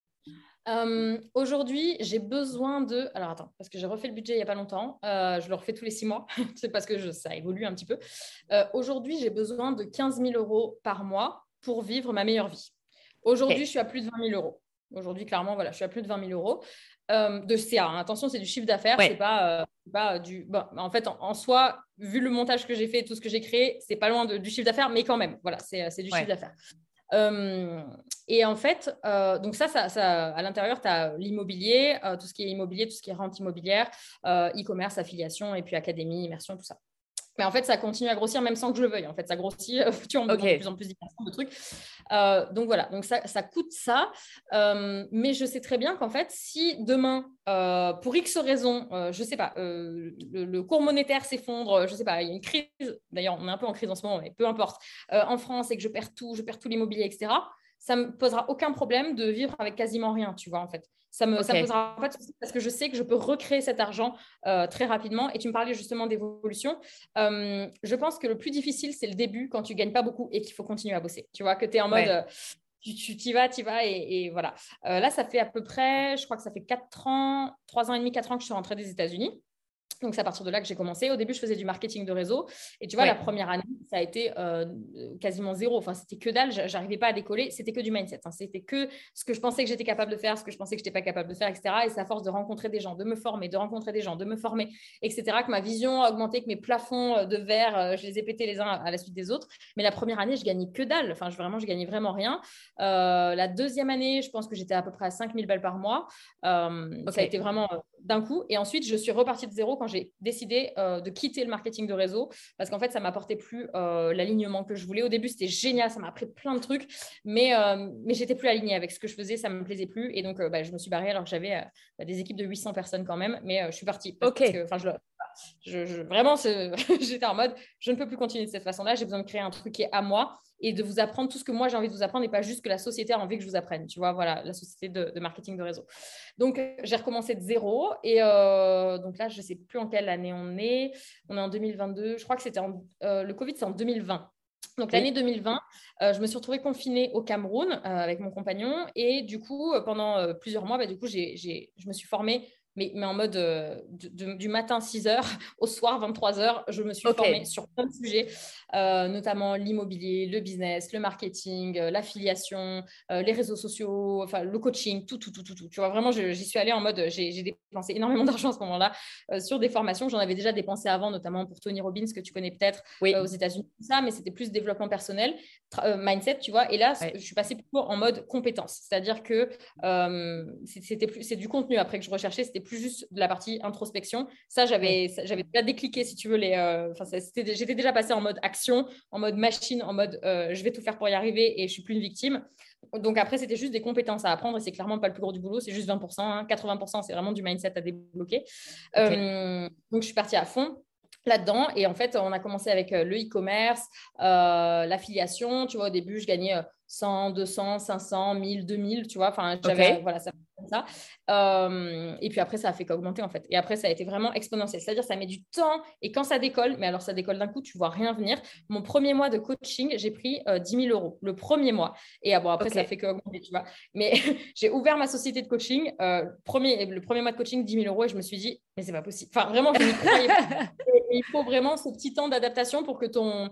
Aujourd'hui, j'ai besoin de... Alors attends, parce que j'ai refait le budget il n'y a pas longtemps. Je le refais tous les 6 mois. C'est parce que ça évolue un petit peu. Aujourd'hui, j'ai besoin de 15 000 euros par mois pour vivre ma meilleure vie. Aujourd'hui, je suis à plus de 20 000 euros. Aujourd'hui, clairement, voilà, je suis à plus de 20 000 euros de CA. Hein. Attention, c'est du chiffre d'affaires. C'est pas du... Bon, en fait, en soi, vu le montage que j'ai fait et tout ce que j'ai créé, c'est pas loin du chiffre d'affaires, mais quand même, voilà, c'est du chiffre d'affaires. Et en fait, donc ça, à l'intérieur, tu as l'immobilier, tout ce qui est immobilier, tout ce qui est rente immobilière, e-commerce, affiliation, et puis académie, immersion, tout ça. Mais en fait, ça continue à grossir même sans que je le veuille. En fait, ça grossit, tu vois, on me demande de plus en plus d'immersion, de trucs. Donc voilà, donc ça coûte ça. Mais je sais très bien qu'en fait, si demain, pour X raisons, je ne sais pas, le cours monétaire s'effondre, je ne sais pas, il y a une crise, d'ailleurs, on est un peu en crise en ce moment, mais peu importe, en France, et que je perds tout l'immobilier, etc., ça ne me posera aucun problème de vivre avec quasiment rien, tu vois, en fait. Ça me posera pas de soucis parce que je sais que je peux recréer cet argent très rapidement. Et tu me parlais justement d'évolution. Je pense que le plus difficile, c'est le début quand tu ne gagnes pas beaucoup et qu'il faut continuer à bosser. Tu vois, que tu es en mode, tu t'y vas, et voilà. Là, ça fait à peu près, je crois que ça fait 4 ans, 3 ans et demi, 4 ans que je suis rentrée des États-Unis. Donc, c'est à partir de là que j'ai commencé. Au début, je faisais du marketing de réseau. Et tu vois, la première année, ça a été quasiment zéro. Enfin, c'était que dalle. Je n'arrivais pas à décoller. C'était que du mindset. Hein. C'était que ce que je pensais que j'étais capable de faire, ce que je pensais que je n'étais pas capable de faire, etc. Et c'est à force de rencontrer des gens, de me former, de rencontrer des gens, de me former, etc., que ma vision a augmenté, que mes plafonds de verre, je les ai pétés les uns à la suite des autres. Mais la première année, je gagnais que dalle. Enfin, je gagnais vraiment rien. La deuxième année, je pense que j'étais à peu près à 5 000 balles par mois. Ça a été vraiment d'un coup. Et ensuite, je suis repartie de zéro quand j'ai décidé de quitter le marketing de réseau parce qu'en fait, ça ne m'apportait plus l'alignement que je voulais. Au début, c'était génial, ça m'a appris plein de trucs, mais je n'étais plus alignée avec ce que je faisais, ça ne me plaisait plus. Et donc, je me suis barrée alors que j'avais des équipes de 800 personnes quand même, mais je suis partie. Parce que, vraiment, j'étais en mode, je ne peux plus continuer de cette façon-là, j'ai besoin de créer un truc qui est à moi et de vous apprendre tout ce que moi j'ai envie de vous apprendre et pas juste que la société a envie que je vous apprenne, tu vois, voilà, la société de marketing de réseau. Donc, j'ai recommencé de zéro et donc là, je ne sais plus en quelle année on est en 2022, je crois que c'était le Covid, c'est en 2020. Donc, l'année 2020, je me suis retrouvée confinée au Cameroun avec mon compagnon et du coup, pendant plusieurs mois, du coup, je me suis formée mais en mode du matin 6h au soir 23h, je me suis formée sur plein de sujets, notamment l'immobilier, le business, le marketing, l'affiliation, les réseaux sociaux, enfin, le coaching, tout. Tu vois, vraiment, j'y suis allée en mode, j'ai dépensé énormément d'argent à ce moment-là sur des formations. J'en avais déjà dépensé avant, notamment pour Tony Robbins, que tu connais peut-être aux États-Unis, tout ça, mais c'était plus développement personnel, mindset, tu vois. Et là, je suis passée plutôt en mode compétence, c'est-à-dire que c'est du contenu après que je recherchais, c'était plus juste de la partie introspection. Ça, j'avais déjà décliqué, si tu veux, j'étais déjà passée en mode action, en mode machine, en mode je vais tout faire pour y arriver et je suis plus une victime. Donc après, c'était juste des compétences à apprendre et c'est clairement pas le plus gros du boulot, c'est juste 20%, hein. 80%, c'est vraiment du mindset à débloquer. Donc, je suis partie à fond là-dedans. Et en fait, on a commencé avec le e-commerce, l'affiliation. Tu vois, au début, je gagnais 100, 200, 500, 1000, 2000, tu vois. Enfin, j'avais, voilà, ça comme ça. Et puis après, ça a fait qu'augmenter, en fait. Et après, ça a été vraiment exponentiel. C'est-à-dire, ça met du temps. Et quand ça décolle, mais alors ça décolle d'un coup, tu vois rien venir. Mon premier mois de coaching, j'ai pris 10 000 euros. Le premier mois. Et bon, après, ça fait qu'augmenter, tu vois. Mais j'ai ouvert ma société de coaching. Le premier mois de coaching, 10 000 euros. Et je me suis dit, mais c'est pas possible. Enfin, vraiment, je n'y croyais pas. Et il faut vraiment ce petit temps d'adaptation pour que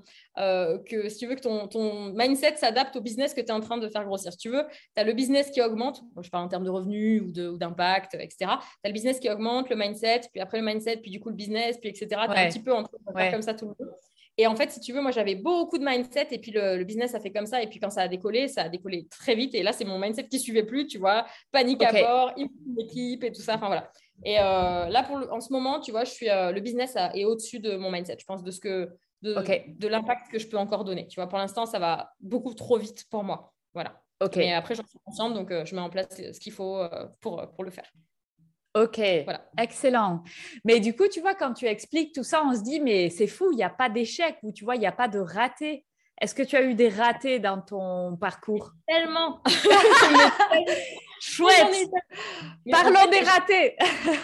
si tu veux que ton mindset s'adapte au business que tu es en train de faire grossir. Si tu veux, tu as le business qui augmente, je parle en termes de revenus ou d'impact, etc. Tu as le business qui augmente, le mindset, puis après le mindset, puis du coup le business, puis etc. Tu es un petit peu en train de faire comme ça tout le monde. Et en fait, si tu veux, moi, j'avais beaucoup de mindset et puis le business a fait comme ça. Et puis quand ça a décollé très vite. Et là, c'est mon mindset qui ne suivait plus, tu vois, panique à bord, une équipe et tout ça. Enfin, voilà. Et là, en ce moment, tu vois, le business est au-dessus de mon mindset, je pense, de l'impact que je peux encore donner. Tu vois, pour l'instant, ça va beaucoup trop vite pour moi. Voilà. Mais après, j'en suis consciente, donc je mets en place ce qu'il faut pour le faire. Ok, voilà. Excellent. Mais du coup, tu vois, quand tu expliques tout ça, on se dit, mais c'est fou, il n'y a pas d'échec ou tu vois, il n'y a pas de raté. Est-ce que tu as eu des ratés dans ton parcours? Tellement. Chouette. Parlons des ratés.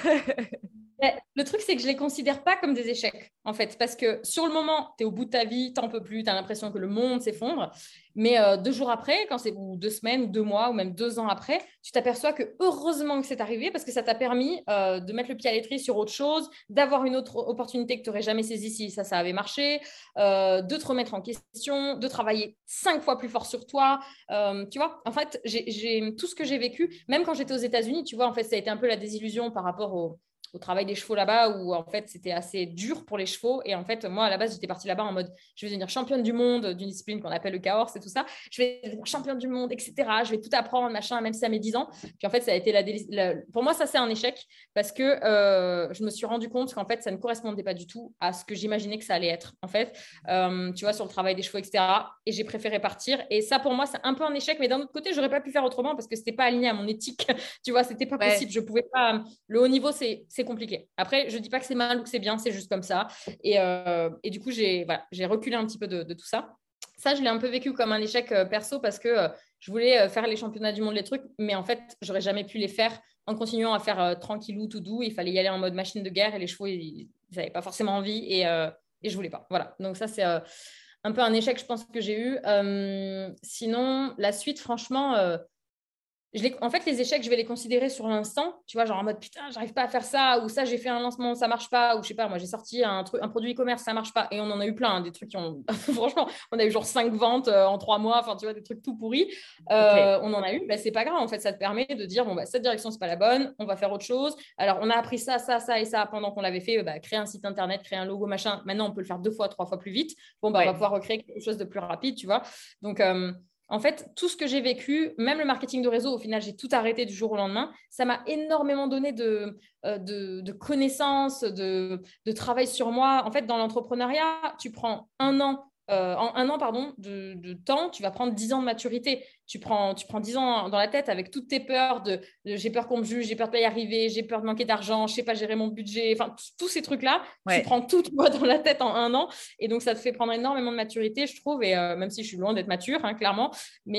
Le truc, c'est que je ne les considère pas comme des échecs, en fait, parce que sur le moment, tu es au bout de ta vie, tu n'en peux plus, tu as l'impression que le monde s'effondre. Mais 2 jours après, ou 2 semaines, ou 2 mois, ou même 2 ans après, tu t'aperçois que heureusement que c'est arrivé parce que ça t'a permis de mettre le pied à l'étrier sur autre chose, d'avoir une autre opportunité que tu n'aurais jamais saisie si ça avait marché, de te remettre en question, de travailler 5 fois plus fort sur toi. Tu vois, en fait, j'ai tout ce que j'ai vécu, même quand j'étais aux États-Unis, tu vois, en fait, ça a été un peu la désillusion par rapport au travail des chevaux là-bas où en fait c'était assez dur pour les chevaux et en fait moi à la base j'étais partie là-bas en mode je vais devenir championne du monde d'une discipline qu'on appelle le Cahors et tout ça, je vais devenir championne du monde, etc., je vais tout apprendre machin, même si ça met 10 ans. Puis en fait ça a été pour moi ça c'est un échec parce que je me suis rendu compte qu'en fait ça ne correspondait pas du tout à ce que j'imaginais que ça allait être en fait, tu vois, sur le travail des chevaux, etc., et j'ai préféré partir. Et ça pour moi c'est un peu un échec, mais d'un autre côté j'aurais pas pu faire autrement parce que c'était pas aligné à mon éthique tu vois, c'était pas possible, je pouvais pas. Le haut niveau c'est compliqué. Après, je dis pas que c'est mal ou que c'est bien, c'est juste comme ça. Et du coup, j'ai reculé un petit peu de tout ça. Ça, je l'ai un peu vécu comme un échec perso parce que je voulais faire les championnats du monde, les trucs, mais en fait, j'aurais jamais pu les faire en continuant à faire tranquillou, tout doux. Il fallait y aller en mode machine de guerre et les chevaux, ils n'avaient pas forcément envie et je voulais pas. Voilà. Donc ça, c'est un peu un échec, je pense, que j'ai eu. Sinon, la suite, franchement... en fait, les échecs, je vais les considérer sur l'instant, tu vois, genre en mode putain, j'arrive pas à faire ça, ou ça, j'ai fait un lancement, ça marche pas, ou je sais pas, moi, j'ai sorti un produit e-commerce, ça marche pas, et on en a eu plein, hein, des trucs qui ont, franchement, on a eu genre 5 ventes en 3 mois, enfin, tu vois, des trucs tout pourris. On en a eu, bah, c'est pas grave, en fait, ça te permet de dire, bon, bah, cette direction, c'est pas la bonne, on va faire autre chose. Alors, on a appris ça, ça, ça et ça pendant qu'on l'avait fait, bah, créer un site internet, créer un logo, machin. Maintenant, on peut le faire 2 fois, 3 fois plus vite. Bon, bah, on va pouvoir recréer quelque chose de plus rapide, tu vois. Donc, en fait, tout ce que j'ai vécu, même le marketing de réseau, au final, j'ai tout arrêté du jour au lendemain. Ça m'a énormément donné de connaissances, de travail sur moi. En fait, dans l'entrepreneuriat, tu prends en 1 an pardon, de temps, tu vas prendre 10 ans de maturité. Tu prends 10 ans dans la tête avec toutes tes peurs de j'ai peur qu'on me juge, j'ai peur de pas y arriver, j'ai peur de manquer d'argent, je sais pas gérer mon budget. Enfin, tous ces trucs-là, tu prends tout toi, dans la tête en 1 an. Et donc, ça te fait prendre énormément de maturité, je trouve. Et même si je suis loin d'être mature, hein, clairement.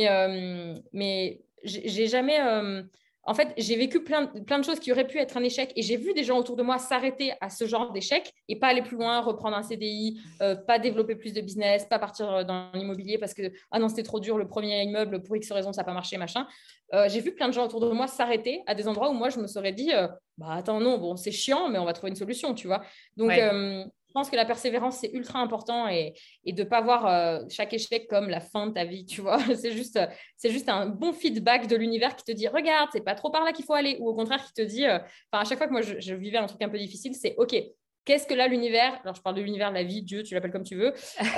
Mais j'ai jamais... en fait, j'ai vécu plein de choses qui auraient pu être un échec et j'ai vu des gens autour de moi s'arrêter à ce genre d'échec et pas aller plus loin, reprendre un CDI, pas développer plus de business, pas partir dans l'immobilier parce que ah non, c'était trop dur, le premier immeuble, pour X raison, ça n'a pas marché, machin. j'ai vu plein de gens autour de moi s'arrêter à des endroits où moi, je me serais dit, bah attends, non, bon, c'est chiant, mais on va trouver une solution, tu vois. Donc, je pense que la persévérance, c'est ultra important et de ne pas voir chaque échec comme la fin de ta vie, tu vois. C'est juste un bon feedback de l'univers qui te dit, regarde, c'est pas trop par là qu'il faut aller. Ou au contraire, qui te dit, à chaque fois que moi, je vivais un truc un peu difficile, c'est OK, qu'est-ce que là, l'univers, alors je parle de l'univers, la vie, Dieu, tu l'appelles comme tu veux,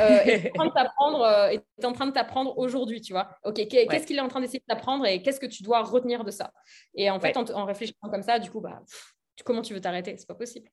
est en train de t'apprendre aujourd'hui, tu vois. OK, qu'est-ce qu'il est en train d'essayer de t'apprendre et qu'est-ce que tu dois retenir de ça? Et en fait, en réfléchissant comme ça, du coup, comment tu veux t'arrêter? C'est pas possible.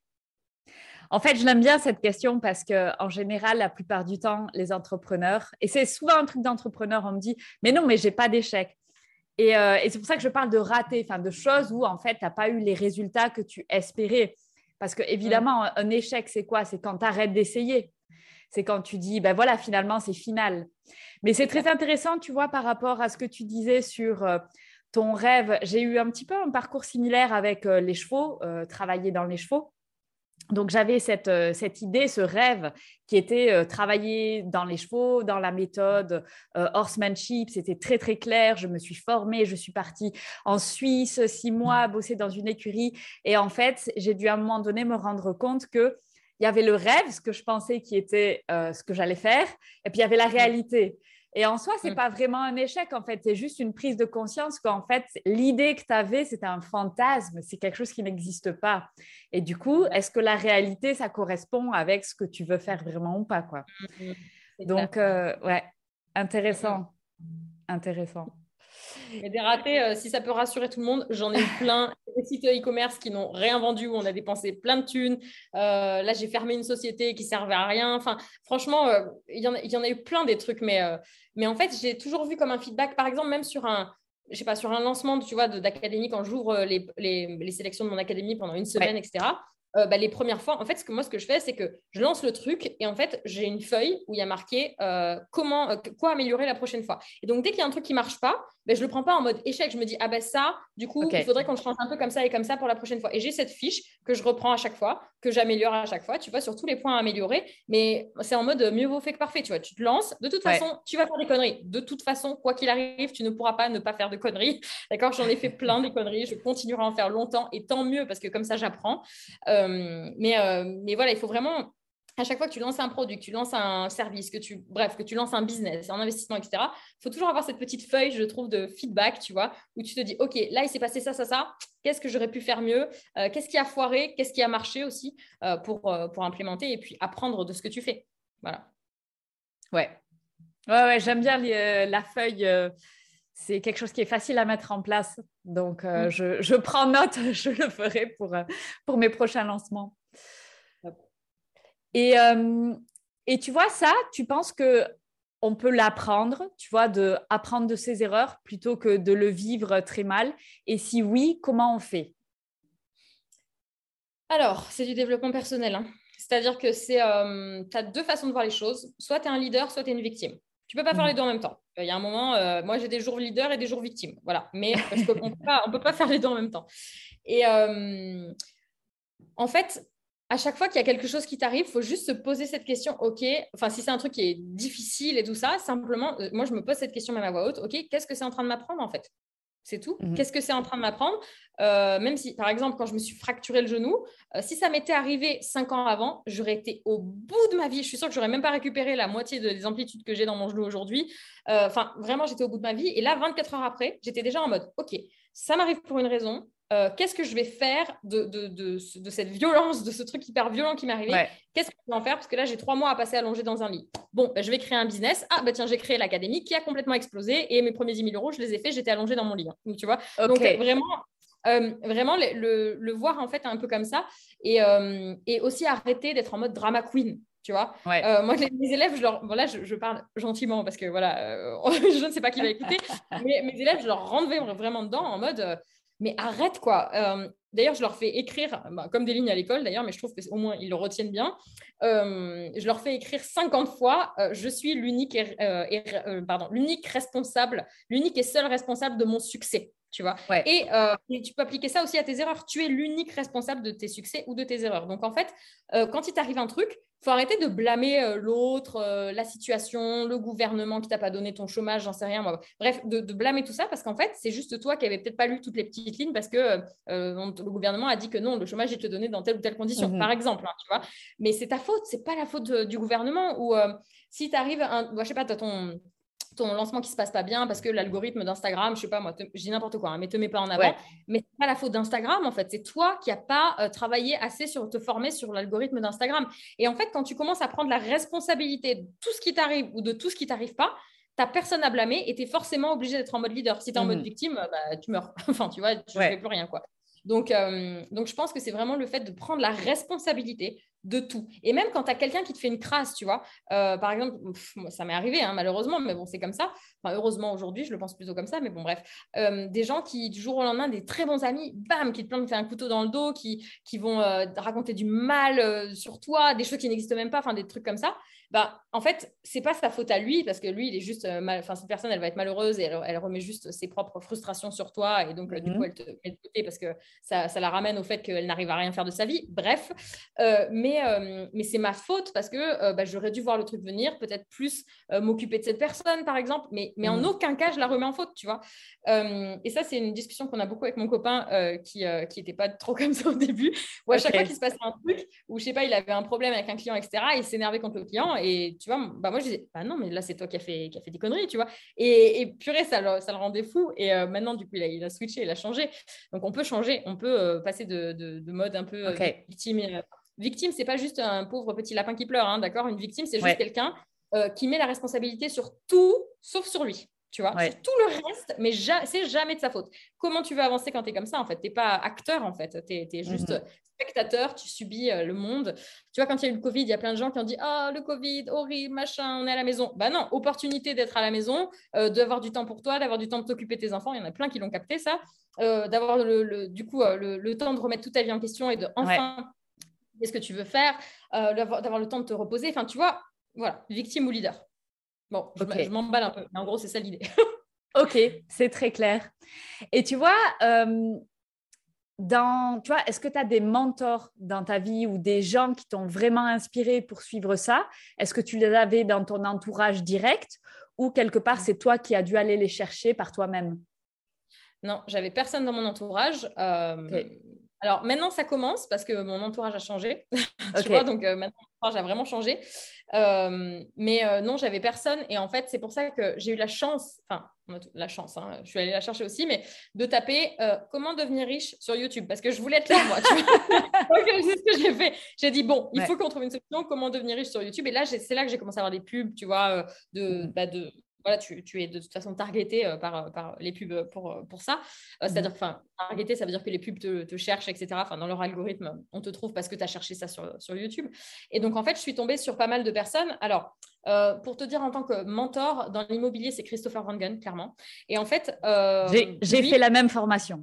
En fait, je l'aime bien cette question parce qu'en général, la plupart du temps, les entrepreneurs, et c'est souvent un truc d'entrepreneur, on me dit, mais non, mais j'ai pas d'échec. Et c'est pour ça que je parle de rater, de choses où en fait, tu n'as pas eu les résultats que tu espérais. Parce que évidemment, un échec, c'est quoi? C'est quand tu arrêtes d'essayer. C'est quand tu dis, ben voilà, finalement, c'est final. Mais c'est très intéressant, tu vois, par rapport à ce que tu disais sur ton rêve. J'ai eu un petit peu un parcours similaire avec les chevaux, travailler dans les chevaux. Donc, j'avais cette idée, ce rêve qui était travailler dans les chevaux, dans la méthode horsemanship. C'était très, très clair. Je me suis formée. Je suis partie en Suisse 6 mois, bosser dans une écurie. Et en fait, j'ai dû à un moment donné me rendre compte qu'il y avait le rêve, ce que je pensais qui était ce que j'allais faire, et puis il y avait la réalité. Et en soi, ce n'est pas vraiment un échec, en fait. C'est juste une prise de conscience qu'en fait, l'idée que tu avais, c'était un fantasme. C'est quelque chose qui n'existe pas. Et du coup, est-ce que la réalité, ça correspond avec ce que tu veux faire vraiment ou pas, quoi. Donc, ouais, intéressant. Intéressant. Mais des ratés, si ça peut rassurer tout le monde, j'en ai eu plein. Des sites e-commerce qui n'ont rien vendu, où on a dépensé plein de thunes. Là, j'ai fermé une société qui ne servait à rien. Enfin, franchement, il y en a eu plein des trucs. Mais en fait, j'ai toujours vu comme un feedback, par exemple, même sur je sais pas, sur un lancement, tu vois, d'académie, quand j'ouvre les sélections de mon académie pendant une semaine, etc. Les premières fois, en fait, ce que je fais, c'est que je lance le truc et en fait, j'ai une feuille où il y a marqué quoi améliorer la prochaine fois. Et donc, dès qu'il y a un truc qui ne marche pas, je ne le prends pas en mode échec. Je me dis, ça, du coup, il faudrait qu'on change un peu comme ça et comme ça pour la prochaine fois. Et j'ai cette fiche que je reprends à chaque fois, que j'améliore à chaque fois, tu vois, sur tous les points à améliorer. Mais c'est en mode mieux vaut fait que parfait, tu vois. Tu te lances. De toute façon, tu vas faire des conneries. De toute façon, quoi qu'il arrive, tu ne pourras pas ne pas faire de conneries. D'accord? J'en ai fait plein des conneries. Je continuerai à en faire longtemps et tant mieux parce que comme ça, j'apprends. Mais voilà, il faut vraiment, à chaque fois que tu lances un produit, que tu lances un service, que tu lances un business, un investissement, etc., il faut toujours avoir cette petite feuille, je trouve, de feedback, tu vois, où tu te dis, OK, là, il s'est passé ça, ça, ça. Qu'est-ce que j'aurais pu faire mieux? Qu'est-ce qui a foiré? Qu'est-ce qui a marché aussi pour implémenter et puis apprendre de ce que tu fais. Voilà. Ouais, j'aime bien la feuille. C'est quelque chose qui est facile à mettre en place. Donc, je prends note, je le ferai pour mes prochains lancements. Et tu vois, ça, tu penses qu'on peut l'apprendre, tu vois, apprendre de ses erreurs plutôt que de le vivre très mal? Et si oui, comment on fait? Alors, c'est du développement personnel, hein. C'est-à-dire que tu as deux façons de voir les choses. Soit tu es un leader, soit tu es une victime. Tu ne peux pas faire les deux en même temps. Il y a un moment, moi, j'ai des jours leader et des jours victime. Voilà. Mais on ne peut pas faire les deux en même temps. Et en fait, à chaque fois qu'il y a quelque chose qui t'arrive, il faut juste se poser cette question. OK, enfin, si c'est un truc qui est difficile et tout ça, simplement, moi, je me pose cette question même à voix haute. OK, qu'est-ce que c'est en train de m'apprendre en fait? C'est tout. Qu'est-ce que c'est en train de m'apprendre? Même si, par exemple, quand je me suis fracturé le genou, si ça m'était arrivé 5 ans avant, j'aurais été au bout de ma vie. Je suis sûre que j'aurais même pas récupéré la moitié des amplitudes que j'ai dans mon genou aujourd'hui. Enfin, vraiment, j'étais au bout de ma vie. Et là, 24 heures après, j'étais déjà en mode, OK, ça m'arrive pour une raison. Qu'est-ce que je vais faire de cette violence, de ce truc hyper violent qui m'est arrivé? Qu'est-ce que je vais en faire? Parce que là, j'ai 3 mois à passer allongée dans un lit. Bon, je vais créer un business. Tiens, j'ai créé l'académie qui a complètement explosé et mes premiers 10 000 euros, je les ai faits, j'étais allongée dans mon lit. Donc, tu vois, donc vraiment, le voir en fait un peu comme ça et aussi arrêter d'être en mode drama queen. Tu vois, moi, mes élèves, je parle gentiment parce que voilà, je ne sais pas qui va écouter, mais mes élèves, je leur rentre vraiment dedans en mode mais arrête quoi. D'ailleurs, je leur fais écrire, comme des lignes à l'école d'ailleurs, mais je trouve qu'au moins ils le retiennent bien. Je leur fais écrire 50 fois je suis l'unique responsable, l'unique et seul responsable de mon succès. tu vois. Ouais. Et tu peux appliquer ça aussi à tes erreurs. Tu es l'unique responsable de tes succès ou de tes erreurs. Donc, en fait, quand il t'arrive un truc, il faut arrêter de blâmer l'autre, la situation, le gouvernement qui t'a pas donné ton chômage, j'en sais rien. Moi. Bref, de blâmer tout ça parce qu'en fait, c'est juste toi qui n'avais peut-être pas lu toutes les petites lignes parce que le gouvernement a dit que non, le chômage est te donné dans telle ou telle condition, par exemple, hein, tu vois. Mais c'est ta faute, c'est pas la faute du gouvernement. Ou si tu arrives, je sais pas, tu as ton lancement qui se passe pas bien parce que l'algorithme d'Instagram, je sais pas moi, je dis n'importe quoi, hein, mais te met pas en avant. Mais c'est pas la faute d'Instagram en fait, c'est toi qui a pas travaillé assez sur te former sur l'algorithme d'Instagram. Et en fait, quand tu commences à prendre la responsabilité de tout ce qui t'arrive ou de tout ce qui t'arrive pas, t'as personne à blâmer et tu es forcément obligé d'être en mode leader. Si tu es en mode victime, tu meurs. Enfin, tu vois, tu fais plus rien quoi. Donc, je pense que c'est vraiment le fait de prendre la responsabilité de tout. Et même quand tu as quelqu'un qui te fait une crasse, tu vois, par exemple, moi, ça m'est arrivé, hein, malheureusement, mais bon, c'est comme ça. Enfin, heureusement, aujourd'hui, je le pense plutôt comme ça, mais bon, bref. Des gens qui, du jour au lendemain, des très bons amis, bam, qui te plantent un couteau dans le dos, qui vont raconter du mal sur toi, des choses qui n'existent même pas, enfin, des trucs comme ça. Bah, en fait, c'est pas sa faute à lui, parce que lui, il est juste cette personne, elle va être malheureuse et elle remet juste ses propres frustrations sur toi. Et donc, du coup, elle te met de côté parce que ça la ramène au fait qu'elle n'arrive à rien faire de sa vie. Bref, mais c'est ma faute parce que j'aurais dû voir le truc venir, peut-être plus m'occuper de cette personne, par exemple, mais en aucun cas, je la remets en faute, tu vois. Et ça, c'est une discussion qu'on a beaucoup avec mon copain qui n'était pas trop comme ça au début, où à chaque fois qu'il se passait un truc, où je sais pas, il avait un problème avec un client, etc., il s'énervait contre le client. Et tu vois, moi, je disais, non, mais là, c'est toi qui as fait des conneries, tu vois. Et purée, ça le rendait fou. Et maintenant, du coup, il a switché, il a changé. Donc, on peut changer, on peut passer de mode un peu victime. Victime, c'est pas juste un pauvre petit lapin qui pleure, hein, d'accord. Une victime, c'est juste quelqu'un qui met la responsabilité sur tout, sauf sur lui. Tu vois, sur tout le reste, mais c'est jamais de sa faute. Comment tu veux avancer quand tu es comme ça, en fait? Tu n'es pas acteur, en fait. Tu es juste spectateur, tu subis le monde. Tu vois, quand il y a eu le Covid, il y a plein de gens qui ont dit « Ah, le Covid, horrible, machin, on est à la maison. » Bah non, opportunité d'être à la maison, d'avoir du temps pour toi, d'avoir du temps de t'occuper de tes enfants. Il y en a plein qui l'ont capté, ça. D'avoir le temps de remettre toute ta vie en question et de enfin qu'est-ce que tu veux faire, d'avoir le temps de te reposer. Enfin, tu vois, voilà, victime ou leader. Bon, je m'emballe un peu, mais en gros, c'est ça l'idée. Ok, c'est très clair. Et tu vois, est-ce que tu as des mentors dans ta vie ou des gens qui t'ont vraiment inspiré pour suivre ça? Est-ce que tu les avais dans ton entourage direct ou quelque part, c'est toi qui as dû aller les chercher par toi-même? Non, j'avais personne dans mon entourage. Alors maintenant, ça commence parce que mon entourage a changé. Tu vois, donc maintenant, mon entourage a vraiment changé. Mais non, j'avais personne. Et en fait, c'est pour ça que j'ai eu la chance, hein, je suis allée la chercher aussi, mais de taper comment devenir riche sur YouTube parce que je voulais être là, moi. Tu vois. Donc, c'est ce que j'ai fait. J'ai dit, bon, il faut qu'on trouve une solution, comment devenir riche sur YouTube. Et là, c'est là que j'ai commencé à avoir des pubs, tu vois, voilà, tu es de toute façon targeté par les pubs pour ça. C'est-à-dire que, targeté, ça veut dire que les pubs te cherchent, etc. Dans leur algorithme, on te trouve parce que tu as cherché ça sur YouTube. Et donc, en fait, je suis tombée sur pas mal de personnes. Alors, pour te dire en tant que mentor, dans l'immobilier, c'est Christopher Van Gun, clairement. Et en fait… j'ai fait la même formation.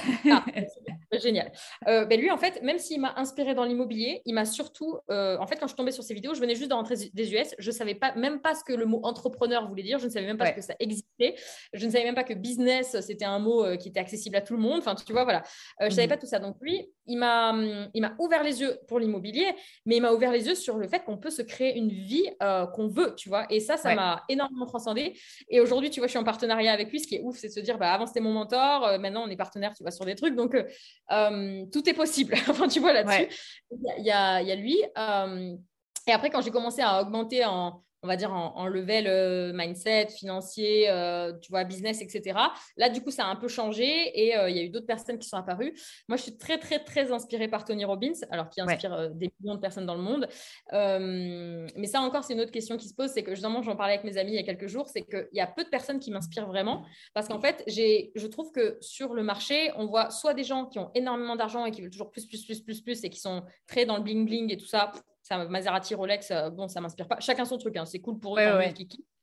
Génial. Lui, en fait, même s'il m'a inspiré dans l'immobilier, il m'a surtout… en fait, quand je suis tombée sur ses vidéos, je venais juste de rentrer des US. Je ne savais même pas ce que le mot entrepreneur voulait dire. Je ne savais même pas que ça existait. Je ne savais même pas que business, c'était un mot qui était accessible à tout le monde. Enfin, tu vois, voilà. Je ne savais pas tout ça. Donc, lui, il m'a ouvert les yeux pour l'immobilier, mais il m'a ouvert les yeux sur le fait qu'on peut se créer une vie qu'on veut, tu vois. Et ça m'a énormément transcendée. Et aujourd'hui, tu vois, je suis en partenariat avec lui. Ce qui est ouf, c'est de se dire, avant, c'était mon mentor. Maintenant, on est partenaire, tu vois, sur des trucs. Donc, tout est possible. Enfin, tu vois, là-dessus, il y a lui. Et après, quand j'ai commencé à augmenter on va dire en level mindset, financier, tu vois, business, etc. Là, du coup, ça a un peu changé et il y a eu d'autres personnes qui sont apparues. Moi, je suis très, très, très inspirée par Tony Robbins, alors qui inspire des millions de personnes dans le monde. Mais ça encore, c'est une autre question qui se pose, c'est que justement, j'en parlais avec mes amis il y a quelques jours, c'est qu'il y a peu de personnes qui m'inspirent vraiment parce qu'en fait, je trouve que sur le marché, on voit soit des gens qui ont énormément d'argent et qui veulent toujours plus et qui sont très dans le bling-bling et tout ça. Ça, Maserati, Rolex, bon, ça m'inspire pas. Chacun son truc, hein. C'est cool pour eux, tant mieux, kiki.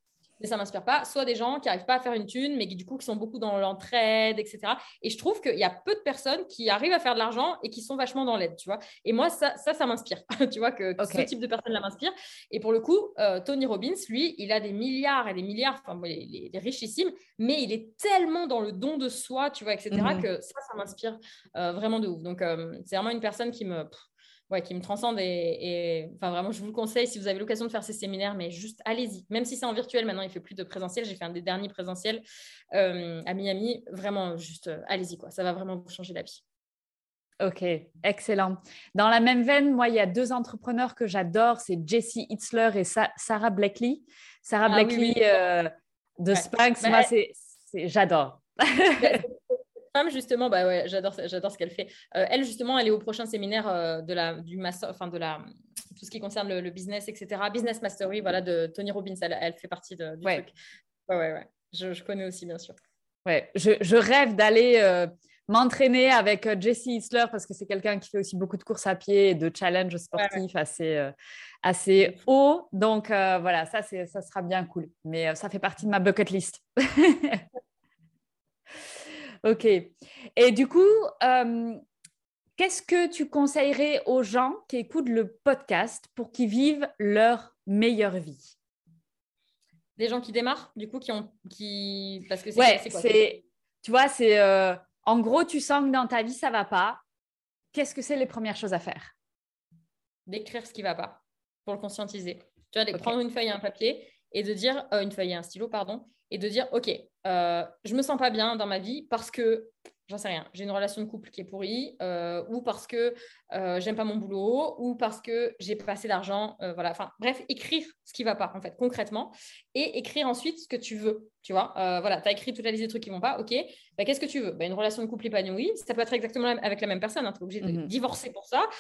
mais ça ne m'inspire pas. Soit des gens qui n'arrivent pas à faire une thune, mais qui du coup qui sont beaucoup dans l'entraide, etc. Et je trouve qu'il y a peu de personnes qui arrivent à faire de l'argent et qui sont vachement dans l'aide, tu vois. Et moi, ça m'inspire, tu vois, que ce type de personne-là m'inspire. Et pour le coup, Tony Robbins, lui, il a des milliards et des milliards, enfin, il est richissime, mais il est tellement dans le don de soi, tu vois, etc., que ça m'inspire vraiment de ouf. Donc, c'est vraiment une personne qui me transcende et enfin vraiment je vous le conseille si vous avez l'occasion de faire ces séminaires, mais juste allez-y, même si c'est en virtuel. Maintenant il fait plus de présentiel, j'ai fait un des derniers présentiels à Miami, vraiment juste allez-y quoi, ça va vraiment vous changer la vie. Ok, excellent. Dans la même veine, moi il y a 2 entrepreneurs que j'adore, c'est Jesse Itzler et Sarah Blakely. Sarah Blakely de Spanx, moi j'adore. Femme justement, bah ouais, j'adore ce qu'elle fait. Elle justement, elle est au prochain séminaire du master, enfin tout ce qui concerne le business, etc. Business Mastery, voilà, de Tony Robbins. Elle fait partie du truc. Ouais. Je connais aussi bien sûr. Ouais, je rêve d'aller m'entraîner avec Jesse Itzler parce que c'est quelqu'un qui fait aussi beaucoup de courses à pied et de challenges sportifs assez hauts. Donc voilà, ça sera bien cool. Mais ça fait partie de ma bucket list. Ok. Et du coup, qu'est-ce que tu conseillerais aux gens qui écoutent le podcast pour qu'ils vivent leur meilleure vie? Des gens qui démarrent, du coup, parce que c'est quoi, tu vois, c'est en gros, tu sens que dans ta vie, ça ne va pas. Qu'est-ce que c'est les premières choses à faire? D'écrire ce qui ne va pas pour le conscientiser. Tu vois, de prendre une feuille et un papier et de dire, une feuille et un stylo, pardon, et de dire, OK, je ne me sens pas bien dans ma vie parce que, j'en sais rien, j'ai une relation de couple qui est pourrie, ou parce que j'aime pas mon boulot, ou parce que j'ai pas assez d'argent, voilà. Enfin, bref, écrire ce qui va pas, en fait, concrètement, et écrire ensuite ce que tu veux, tu vois. Voilà, tu as écrit toute la liste de trucs qui vont pas, OK, bah, qu'est-ce que tu veux? Bah, une relation de couple épanouie, ça peut être exactement avec la même personne, hein, tu es obligé de divorcer pour ça.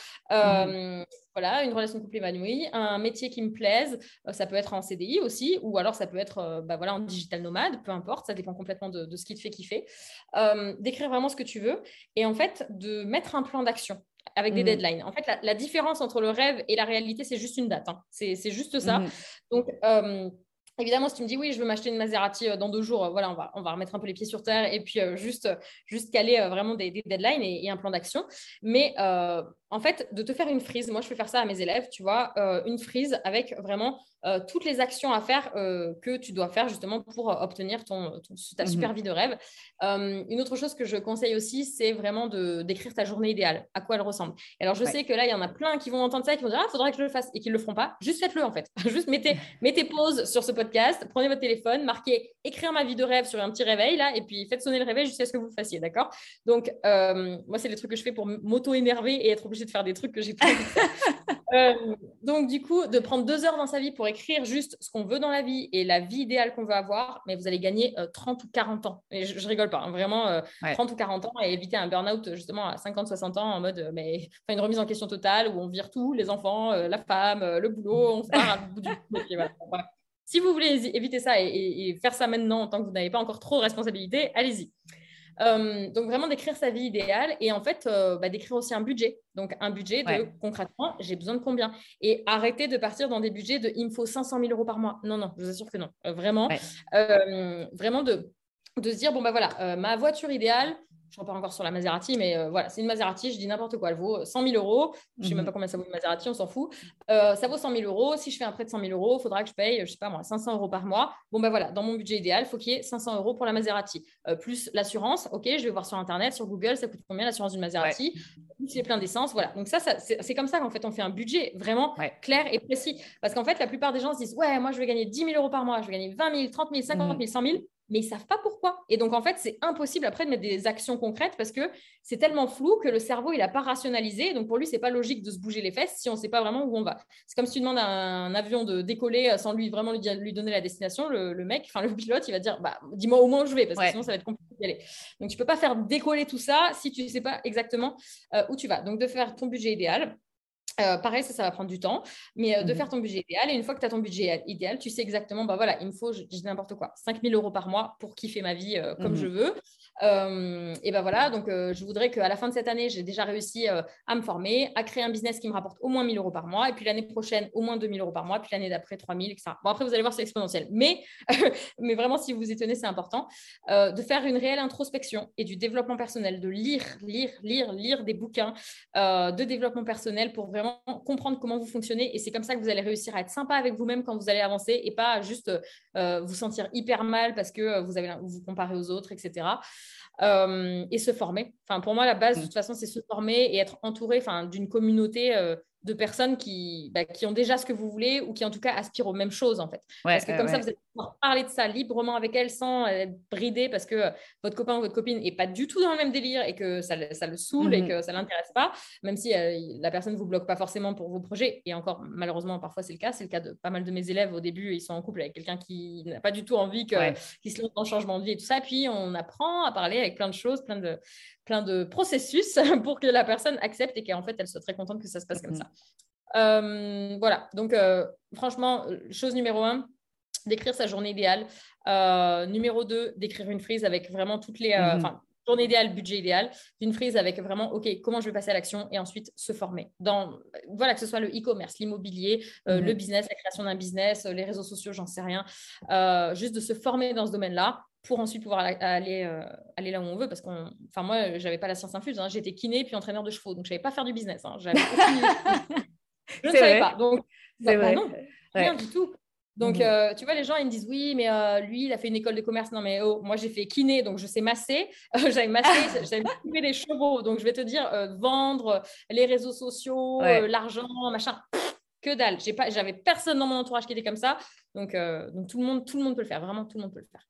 Voilà, une relation de couple épanouie, un métier qui me plaise, ça peut être en CDI aussi, ou alors ça peut être voilà, en digital nomade, peu importe, ça dépend complètement de ce qui te fait kiffer. D'écrire vraiment ce que tu veux et en fait de mettre un plan d'action avec des deadlines. En fait, la différence entre le rêve et la réalité, c'est juste une date. Hein. C'est juste ça. Donc, évidemment, si tu me dis oui, je veux m'acheter une Maserati dans 2 jours, voilà, on va remettre un peu les pieds sur terre et puis juste caler vraiment des deadlines et un plan d'action. Mais en fait, de te faire une frise, moi je fais faire ça à mes élèves, tu vois, une frise avec vraiment toutes les actions à faire que tu dois faire justement pour obtenir ta super vie de rêve. Une autre chose que je conseille aussi, c'est vraiment d'écrire ta journée idéale, à quoi elle ressemble. Et alors, je sais que là, il y en a plein qui vont entendre ça et qui vont dire « Ah, il faudrait que je le fasse » et qui ne le feront pas. Juste faites-le en fait. Juste mettez pause sur ce podcast, prenez votre téléphone, marquez « Écrire ma vie de rêve » sur un petit réveil là et puis faites sonner le réveil jusqu'à ce que vous le fassiez, d'accord? Donc, moi, c'est les trucs que je fais pour m'auto-énerver et être obligée de faire des trucs que j'ai pas envie de faire. Donc, du coup, de prendre 2 heures dans sa vie pour écrire juste ce qu'on veut dans la vie et la vie idéale qu'on veut avoir, mais vous allez gagner 30 ou 40 ans. Et je rigole pas, hein, vraiment 30 ou 40 ans et éviter un burn-out justement à 50-60 ans en mode une remise en question totale où on vire tout, les enfants, la femme, le boulot, on se barre à bout du voilà. Si vous voulez éviter ça et faire ça maintenant en tant que vous n'avez pas encore trop de responsabilités, allez-y. Donc vraiment d'écrire sa vie idéale et en fait d'écrire aussi un budget. Donc un budget de concrètement, j'ai besoin de combien? Et arrêter de partir dans des budgets de il me faut 500 000 euros par mois. Non, je vous assure que non. Vraiment de se dire, bon, bah voilà, ma voiture idéale, je ne repars encore sur la Maserati, mais voilà, c'est une Maserati, je dis n'importe quoi, elle vaut 100 000 euros. Je ne sais même pas combien ça vaut une Maserati, on s'en fout. Ça vaut 100 000 euros. Si je fais un prêt de 100 000 euros, il faudra que je paye, je ne sais pas moi, 500 euros par mois. Bon, bah voilà, dans mon budget idéal, il faut qu'il y ait 500 euros pour la Maserati. Plus l'assurance, ok, je vais voir sur Internet, sur Google, ça coûte combien l'assurance d'une Maserati? Plus les pleins d'essence, voilà. Donc ça c'est comme ça qu'en fait, on fait un budget vraiment clair et précis. Parce qu'en fait, la plupart des gens se disent, ouais, moi, je vais gagner 10 000 euros par mois, je vais gagner 20 000, 30 000, 50 000, 100 000. Mais ils ne savent pas pourquoi. Et donc, en fait, c'est impossible après de mettre des actions concrètes parce que c'est tellement flou que le cerveau, il n'a pas rationalisé. Donc, pour lui, ce n'est pas logique de se bouger les fesses si on ne sait pas vraiment où on va. C'est comme si tu demandes à un avion de décoller sans lui vraiment lui donner la destination. Le mec, enfin le pilote, il va dire bah, dis-moi au moins où je vais parce que sinon, ça va être compliqué d'y aller. Donc, tu ne peux pas faire décoller tout ça si tu ne sais pas exactement où tu vas. Donc, de faire ton budget idéal. Pareil, ça va prendre du temps, mais de faire ton budget idéal. Et une fois que tu as ton budget idéal, tu sais exactement, bah voilà, il me faut, je dis n'importe quoi, 5 000 € par mois pour kiffer ma vie comme je veux. Et ben voilà, donc je voudrais qu'à la fin de cette année, j'ai déjà réussi à me former, à créer un business qui me rapporte au moins 1 000 € par mois. Et puis l'année prochaine, au moins 2 000 € par mois. Puis l'année d'après, 3 000, etc. Bon, après, vous allez voir, c'est exponentiel. Mais vraiment, si vous vous y tenez, c'est important de faire une réelle introspection et du développement personnel, de lire des bouquins de développement personnel pour vraiment comprendre comment vous fonctionnez. Et c'est comme ça que vous allez réussir à être sympa avec vous-même quand vous allez avancer et pas juste vous sentir hyper mal parce que vous comparez aux autres, etc. Et se former. Enfin, pour moi, la base, de toute façon, c'est se former et être entouré d'une communauté de personnes qui ont déjà ce que vous voulez ou qui, en tout cas, aspirent aux mêmes choses, en fait. Parce que comme ça, vous allez pouvoir parler de ça librement avec elles sans être bridé parce que votre copain ou votre copine n'est pas du tout dans le même délire et que ça le saoule et que ça ne l'intéresse pas, même si la personne ne vous bloque pas forcément pour vos projets. Et encore, malheureusement, parfois, c'est le cas. C'est le cas de pas mal de mes élèves. Au début, ils sont en couple avec quelqu'un qui n'a pas du tout envie qu'ils se lance dans le changement de vie et tout ça. Puis, on apprend à parler avec plein de choses, plein de processus pour que la personne accepte et qu'en fait, elle soit très contente que ça se passe comme ça. Voilà, donc franchement, chose numéro 1, d'écrire sa journée idéale. Numéro 2, d'écrire une frise avec vraiment toutes les... journée idéale, budget idéal, d'une frise avec vraiment, OK, comment je vais passer à l'action et ensuite se former. Voilà, que ce soit le e-commerce, l'immobilier, le business, la création d'un business, les réseaux sociaux, j'en sais rien. Juste de se former dans ce domaine-là pour ensuite pouvoir aller là où on veut. Parce que moi, je n'avais pas la science infuse. Hein. J'étais kiné puis entraîneur de chevaux. Donc, je ne savais pas faire du business. Hein. J'avais je ne savais pas. Donc, non, rien du tout. Donc, tu vois, les gens, ils me disent, oui, mais lui, il a fait une école de commerce. Non, mais moi, j'ai fait kiné, donc je sais masser. J'avais trouvé des chevaux. Donc, je vais te dire, vendre les réseaux sociaux, l'argent, machin, que dalle. J'avais personne dans mon entourage qui était comme ça. Donc tout le monde peut le faire. Vraiment, tout le monde peut le faire.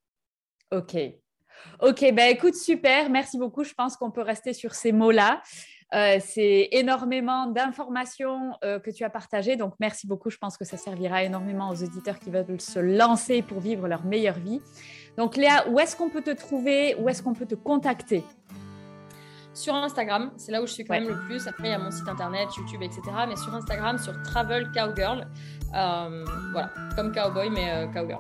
Ok, ben écoute, super. Merci beaucoup. Je pense qu'on peut rester sur ces mots-là. C'est énormément d'informations que tu as partagées. Donc, merci beaucoup. Je pense que ça servira énormément aux auditeurs qui veulent se lancer pour vivre leur meilleure vie. Donc, Léa, où est-ce qu'on peut te trouver? Où est-ce qu'on peut te contacter? Sur Instagram, c'est là où je suis quand même le plus. Après, il y a mon site internet, YouTube, etc. Mais sur Instagram, sur Travel Cowgirl. Voilà, comme cowboy, mais cowgirl.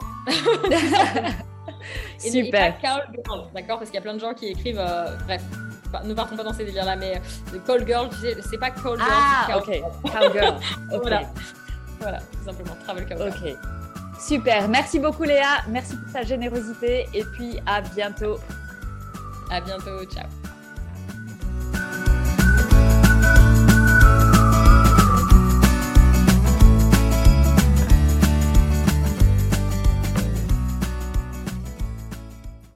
Super. Et pas cowgirl, d'accord? Parce qu'il y a plein de gens qui écrivent... bref. Ne partons pas dans ces délires-là, mais call girl, tu sais, c'est pas call girl. Ah, ok. Cowgirl. Okay. Voilà, tout simplement. Travel cowgirl. Ok. Super. Merci beaucoup, Léa. Merci pour ta générosité. Et puis, à bientôt. À bientôt. Ciao.